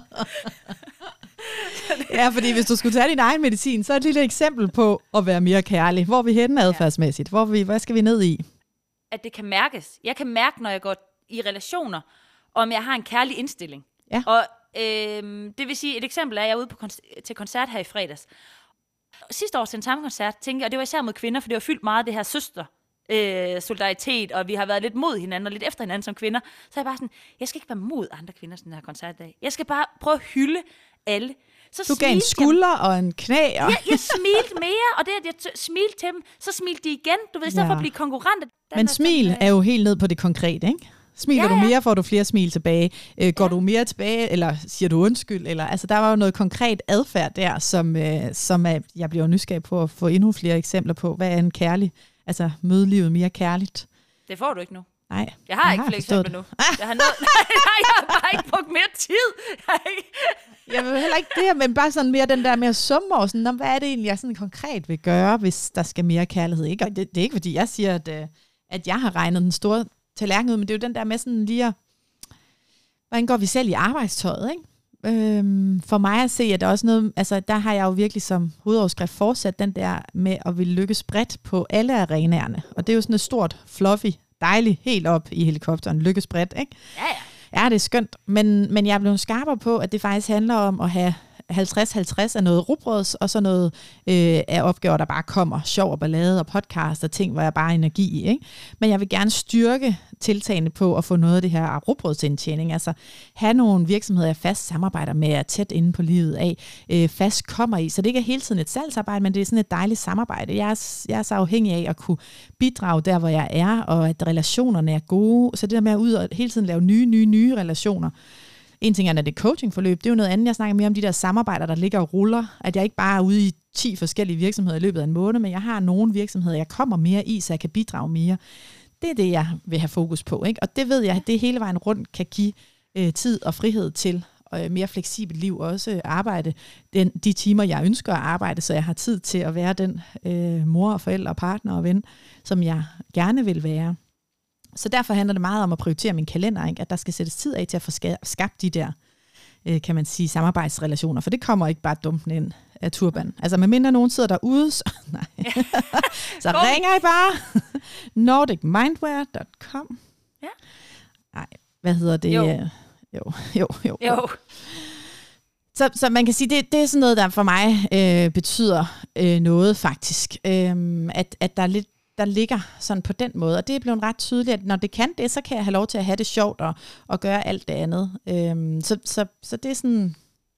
Speaker 2: Ja, fordi hvis du skulle tage din egen medicin, så er et lille eksempel på at være mere kærlig. Hvor er vi henne adfærdsmæssigt? Hvad skal vi ned i?
Speaker 1: At det kan mærkes. Jeg kan mærke, når jeg går i relationer, om jeg har en kærlig indstilling.
Speaker 2: Ja.
Speaker 1: Og det vil sige, et eksempel er, at jeg er ude til koncert her i fredags. Sidste år til en samme koncert, tænkte jeg, og det var især mod kvinder, for det var fyldt meget det her søster solidaritet, og vi har været lidt mod hinanden og lidt efter hinanden som kvinder. Så jeg bare sådan, jeg skal ikke være mod andre kvinder sådan her koncertdag. Jeg skal bare prøve at hylde alle. Så
Speaker 2: du gav en skulder og en knæ. Og...
Speaker 1: Ja, jeg smilte mere, og det, at jeg smilte til dem, så smilte de igen. Du ved, i stedet for at blive konkurrenter.
Speaker 2: Men smil er jo helt ned på det konkrete, ikke? Smiler du mere, får du flere smil tilbage. Går du mere tilbage, eller siger du undskyld? Eller, altså, der var jo noget konkret adfærd der, som jeg bliver nysgerrig på at få endnu flere eksempler på. Hvad er en kærlig? Altså, møde livet mere kærligt.
Speaker 1: Det får du ikke nu.
Speaker 2: Nej.
Speaker 1: Jeg har ikke flere eksempler nu. Jeg har bare ikke brugt mere tid.
Speaker 2: Jeg vil heller ikke det, men bare sådan mere den der med at summe og sådan, hvad er det egentlig, jeg sådan konkret vil gøre, hvis der skal mere kærlighed? Ikke? Og det er ikke, fordi jeg siger, at jeg har regnet den store tallerken ud, men det er jo den der med sådan lige at, hvordan går vi selv i arbejdstøjet, ikke? For mig at se, at der også noget, altså der har jeg jo virkelig som hovedoverskrift fortsat den der med at ville lykkes bredt på alle arenaerne. Og det er jo sådan et stort, fluffy, dejligt, helt op i helikopteren, lykkes bredt, ikke? Ja, det er skønt. Men jeg er blevet skarpere på, at det faktisk handler om at have 50-50 af noget rugbrøds, og så noget af opgaver, der bare kommer. Sjov og ballade og podcast og ting, hvor jeg bare har energi i. Ikke? Men jeg vil gerne styrke tiltagene på at få noget af det her rugbrødsindtjening. Altså have nogle virksomheder, jeg fast samarbejder med, er tæt inde på livet af, fast kommer i. Så det ikke er hele tiden et salgsarbejde, men det er sådan et dejligt samarbejde. Jeg er så afhængig af at kunne bidrage der, hvor jeg er, og at relationerne er gode. Så det der med at ud og hele tiden lave nye relationer. En ting er, at det coachingforløb, det er jo noget andet. Jeg snakker mere om de der samarbejder, der ligger og ruller. At jeg ikke bare er ude i 10 forskellige virksomheder i løbet af en måned, men jeg har nogle virksomheder, jeg kommer mere i, så jeg kan bidrage mere. Det er det, jeg vil have fokus på. Ikke? Og det ved jeg, at det hele vejen rundt kan give tid og frihed til mere fleksibelt liv. Også arbejde de timer, jeg ønsker at arbejde, så jeg har tid til at være den mor og forælder og partner og ven, som jeg gerne vil være. Så derfor handler det meget om at prioritere min kalender, ikke? At der skal sættes tid af til at få skabt de der, kan man sige, samarbejdsrelationer, for det kommer ikke bare dumpende ind af turban. Altså medmindre nogen sidder derude, så ringer I bare nordicmindwear.com.
Speaker 1: Ja.
Speaker 2: Nej, hvad hedder det? Jo. Så man kan sige, det er sådan noget, der for mig betyder noget faktisk, at der er lidt der ligger sådan på den måde, og det er blevet ret tydeligt, at når det kan det, så kan jeg have lov til at have det sjovt og gøre alt det andet. Så det er sådan,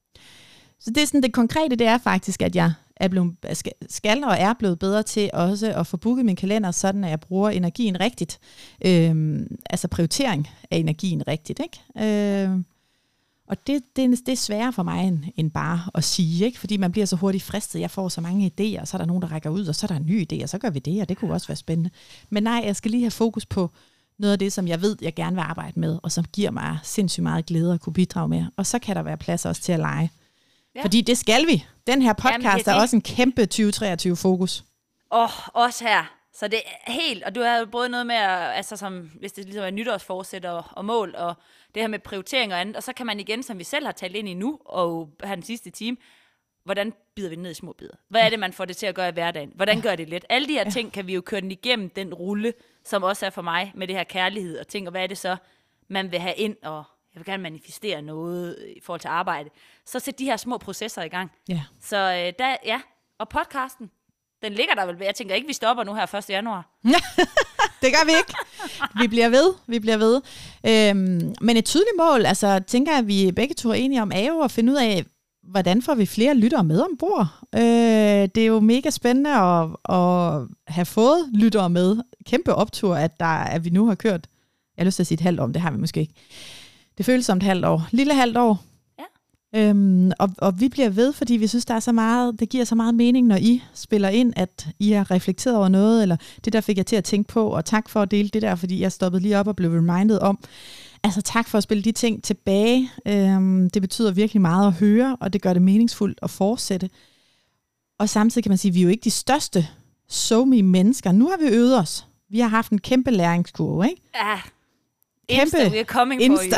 Speaker 2: det konkrete, det er faktisk, at jeg er blevet, skal og er blevet bedre til også at få booket min kalender, sådan at jeg bruger energien rigtigt. Altså prioritering af energien rigtigt, ikke? Og det er sværere for mig end bare at sige, ikke? Fordi man bliver så hurtigt fristet. Jeg får så mange idéer, og så er der nogen, der rækker ud, og så er der en ny idé, og så gør vi det, og det kunne også være spændende. Men nej, jeg skal lige have fokus på noget af det, som jeg ved, jeg gerne vil arbejde med, og som giver mig sindssygt meget glæde at kunne bidrage med. Og så kan der være plads også til at lege. Ja. Fordi det skal vi. Den her podcast er også en kæmpe 2023-fokus.
Speaker 1: Også her. Så det er helt, og du har jo både noget med, altså som, hvis det ligesom er nytårsforsæt og mål, og det her med prioritering og andet, og så kan man igen, som vi selv har talt ind i nu, og have den sidste time, hvordan bider vi ned i små bidder? Hvad er det, man får det til at gøre i hverdagen? Hvordan gør det let? Alle de her ting kan vi jo køre den igennem, den rulle, som også er for mig, med det her kærlighed, og tænke, hvad er det så, man vil have ind, og jeg vil gerne manifestere noget i forhold til arbejde. Så sæt de her små processer i gang.
Speaker 2: Ja.
Speaker 1: Så og podcasten, den ligger der vel. Jeg tænker ikke, vi stopper nu her 1. januar.
Speaker 2: Det gør vi ikke. Vi bliver ved. Men et tydeligt mål, altså tænker jeg, at vi begge to er enige om, er jo at finde ud af, hvordan får vi flere lyttere med ombord. Det er jo mega spændende at have fået lyttere med. Kæmpe optur, at vi nu har kørt, jeg har lyst til at sige et halvt år, men det har vi måske ikke. Det føles som et halvt år. Lille halvt år. Og vi bliver ved, fordi vi synes, der er så meget, det giver så meget mening, når I spiller ind, at I har reflekteret over noget, eller det der fik jeg til at tænke på, og tak for at dele det der, fordi jeg stoppede lige op og blev reminded om. Altså tak for at spille de ting tilbage. Det betyder virkelig meget at høre, og det gør det meningsfuldt at fortsætte. Og samtidig kan man sige, at vi er jo ikke de største SoMe-mennesker. Nu har vi øvet os. Vi har haft en kæmpe læringskurve, ikke?
Speaker 1: Ja. Insta, we're coming for you.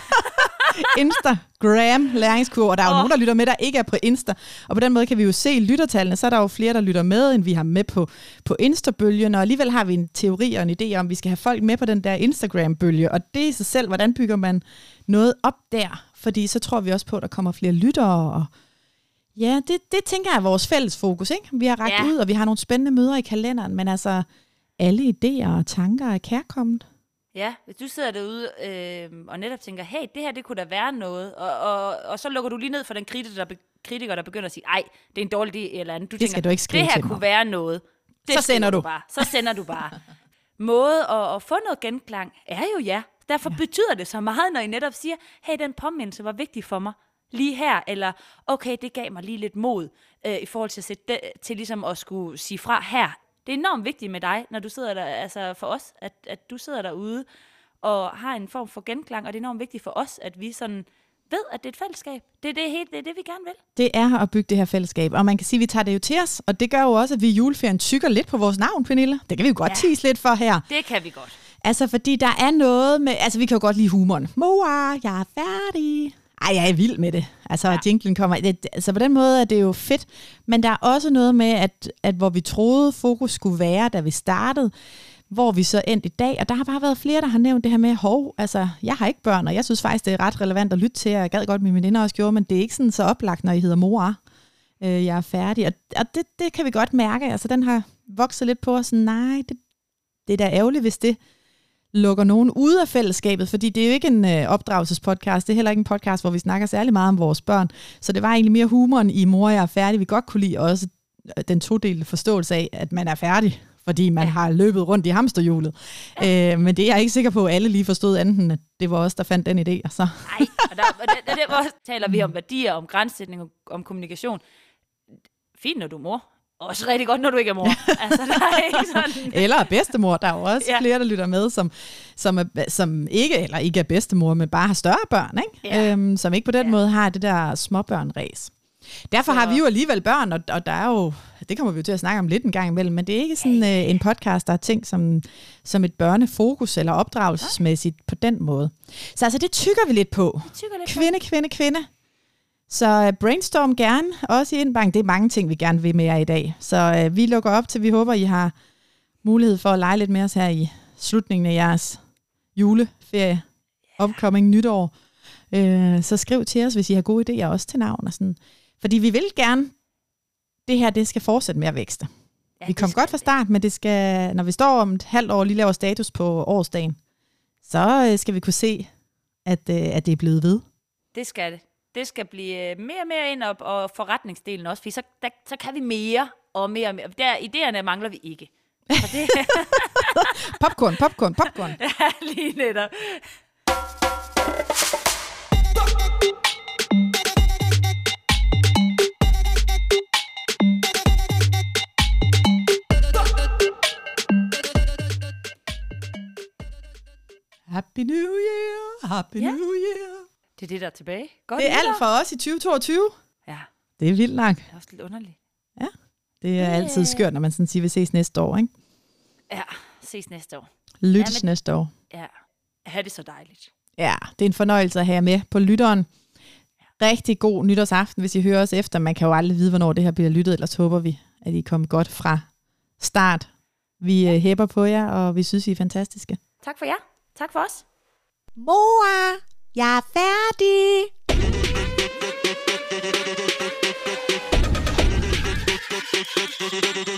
Speaker 2: Instagram læringskurve, og der er jo nogen, der lytter med, der ikke er på Insta. Og på den måde kan vi jo se lyttertallene, så er der jo flere, der lytter med, end vi har med på Insta-bølgen, og alligevel har vi en teori og en idé om, at vi skal have folk med på den der Instagram-bølge, og det i sig selv, hvordan bygger man noget op der? Fordi så tror vi også på, at der kommer flere lyttere, og ja, det tænker jeg er vores fælles fokus, ikke? Vi har rakt ud, og vi har nogle spændende møder i kalenderen, men altså, alle idéer og tanker er kærkommet.
Speaker 1: Ja, hvis du sidder derude og netop tænker, hey, det her, det kunne da være noget, og så lukker du lige ned for den kritiker, der begynder at sige, ej, det er en dårlig idé, eller andet. Du
Speaker 2: det skal
Speaker 1: tænker,
Speaker 2: du ikke skrive
Speaker 1: det her
Speaker 2: til
Speaker 1: kunne
Speaker 2: mig.
Speaker 1: være noget. Det
Speaker 2: så sender du.
Speaker 1: Så sender du bare. Måde at få noget genklang er jo ja. Derfor betyder det så meget, når I netop siger, hey, den påmindelse var vigtig for mig lige her, eller okay, det gav mig lige lidt mod i forhold til at sætte det, til ligesom at skulle sige fra her. Det er enormt vigtigt med dig, når du sidder der, altså for os, at du sidder derude og har en form for genklang, og det er enormt vigtigt for os, at vi sådan ved, at det er et fællesskab. Det er det, vi gerne vil.
Speaker 2: Det er at bygge det her fællesskab, og man kan sige, at vi tager det jo til os, og det gør jo også, at vi i juleferien tykker lidt på vores navn, Pernille. Det kan vi jo godt tease lidt for her.
Speaker 1: Det kan vi godt.
Speaker 2: Altså, fordi der er noget med, altså vi kan jo godt lide humoren. Moa, jeg er færdig. Ej, jeg er vild med det. Altså, jinglen kommer. Altså, på den måde er det jo fedt. Men der er også noget med, at hvor vi troede, fokus skulle være, da vi startede, hvor vi så endte i dag. Og der har bare været flere, der har nævnt det her med, altså, jeg har ikke børn, og jeg synes faktisk, det er ret relevant at lytte til, og jeg gad godt, mine veninder også gjorde, men det er ikke sådan så oplagt, når I hedder Moa. Jeg er færdig. Og det kan vi godt mærke. Altså, den har vokset lidt på os. Sådan, nej, det er da ærgerligt, hvis det lukker nogen ude af fællesskabet, fordi det er jo ikke en opdragelsespodcast, det er heller ikke en podcast, hvor vi snakker særlig meget om vores børn, så det var egentlig mere humoren i Mor, jeg er færdig. Vi godt kunne lide også den todelte forståelse af, at man er færdig, fordi man har løbet rundt i hamsterhjulet. Men det er jeg ikke sikker på, at alle lige forstod anden, at det var os, der fandt den idé. Så.
Speaker 1: Nej, og der taler vi om værdier, om grænsætning, om kommunikation. Fint, når du er mor. Også rigtig godt, når du ikke er mor. Altså, der er ikke sådan.
Speaker 2: Eller bedstemor. Der er jo også flere, der lytter med, som ikke er bedstemor, men bare har større børn, ikke? Ja. Som ikke på den måde har det der småbørn-ræs. Derfor har vi jo alligevel børn, og der er jo, det kommer vi jo til at snakke om lidt en gang imellem, men det er ikke sådan en podcast, der er tænkt som et børnefokus eller opdragelsesmæssigt på den måde. Så altså, det tykker vi lidt på. Kvinde. Så brainstorm gerne, også i indbank. Det er mange ting, vi gerne vil med jer i dag. Så vi lukker op til, vi håber, I har mulighed for at lege lidt med os her i slutningen af jeres juleferie, upcoming nytår. Så skriv til os, hvis I har gode idéer også til navn. Og sådan. Fordi vi vil gerne, det skal fortsætte med at vækste. Ja, vi kom godt fra start, men det skal, når vi står om et halvt år og lige laver status på årsdagen, så skal vi kunne se, at det er blevet ved.
Speaker 1: Det skal det. Det skal blive mere og mere ind op, og forretningsdelen også, for så kan vi mere og mere og mere. Der, idéerne mangler vi ikke. Det...
Speaker 2: popcorn.
Speaker 1: Ja, lige netop.
Speaker 2: Happy New Year, Happy New Year.
Speaker 1: Det er det, der er tilbage. Godt
Speaker 2: det er alt for os i 2022.
Speaker 1: Ja.
Speaker 2: Det er vildt nok.
Speaker 1: Det er også lidt underligt.
Speaker 2: Ja, det er altid skørt, når man sådan siger, vi ses næste år, ikke?
Speaker 1: Ja, ses næste år.
Speaker 2: Lyttes næste år.
Speaker 1: Ja, have det så dejligt.
Speaker 2: Ja, det er en fornøjelse at have med på lytteren. Rigtig god nytårsaften, hvis I hører os efter. Man kan jo aldrig vide, hvornår det her bliver lyttet, ellers håber vi, at I kommer godt fra start. Vi hæpper på jer, og vi synes, I er fantastiske.
Speaker 1: Tak for jer. Tak for os.
Speaker 2: Moa, jeg er færdig.